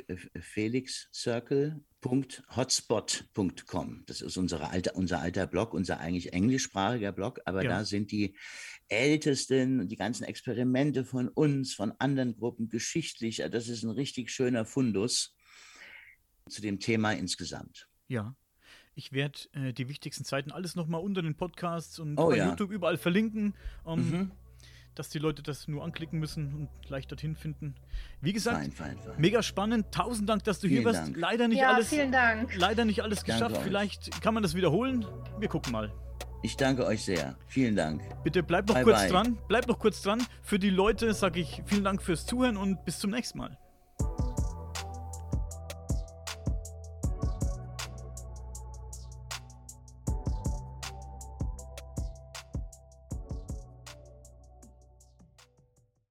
felixcircle.hotspot.com. Das ist unser alter Blog, unser eigentlich englischsprachiger Blog, aber da sind die ältesten, die ganzen Experimente von uns, von anderen Gruppen, geschichtlich. Das ist ein richtig schöner Fundus zu dem Thema insgesamt. Ja. Ich werde die wichtigsten Seiten alles nochmal unter den Podcasts und bei YouTube überall verlinken, dass die Leute das nur anklicken müssen und leicht dorthin finden. Wie gesagt, mega spannend. 1000 Dank, dass du hier warst. Dank. Leider nicht vielen Dank. Leider nicht alles geschafft. Vielleicht kann man das wiederholen. Wir gucken mal. Ich danke euch sehr. Vielen Dank. Bitte bleib noch kurz dran. Bleib noch kurz dran. Für die Leute sage ich vielen Dank fürs Zuhören und bis zum nächsten Mal.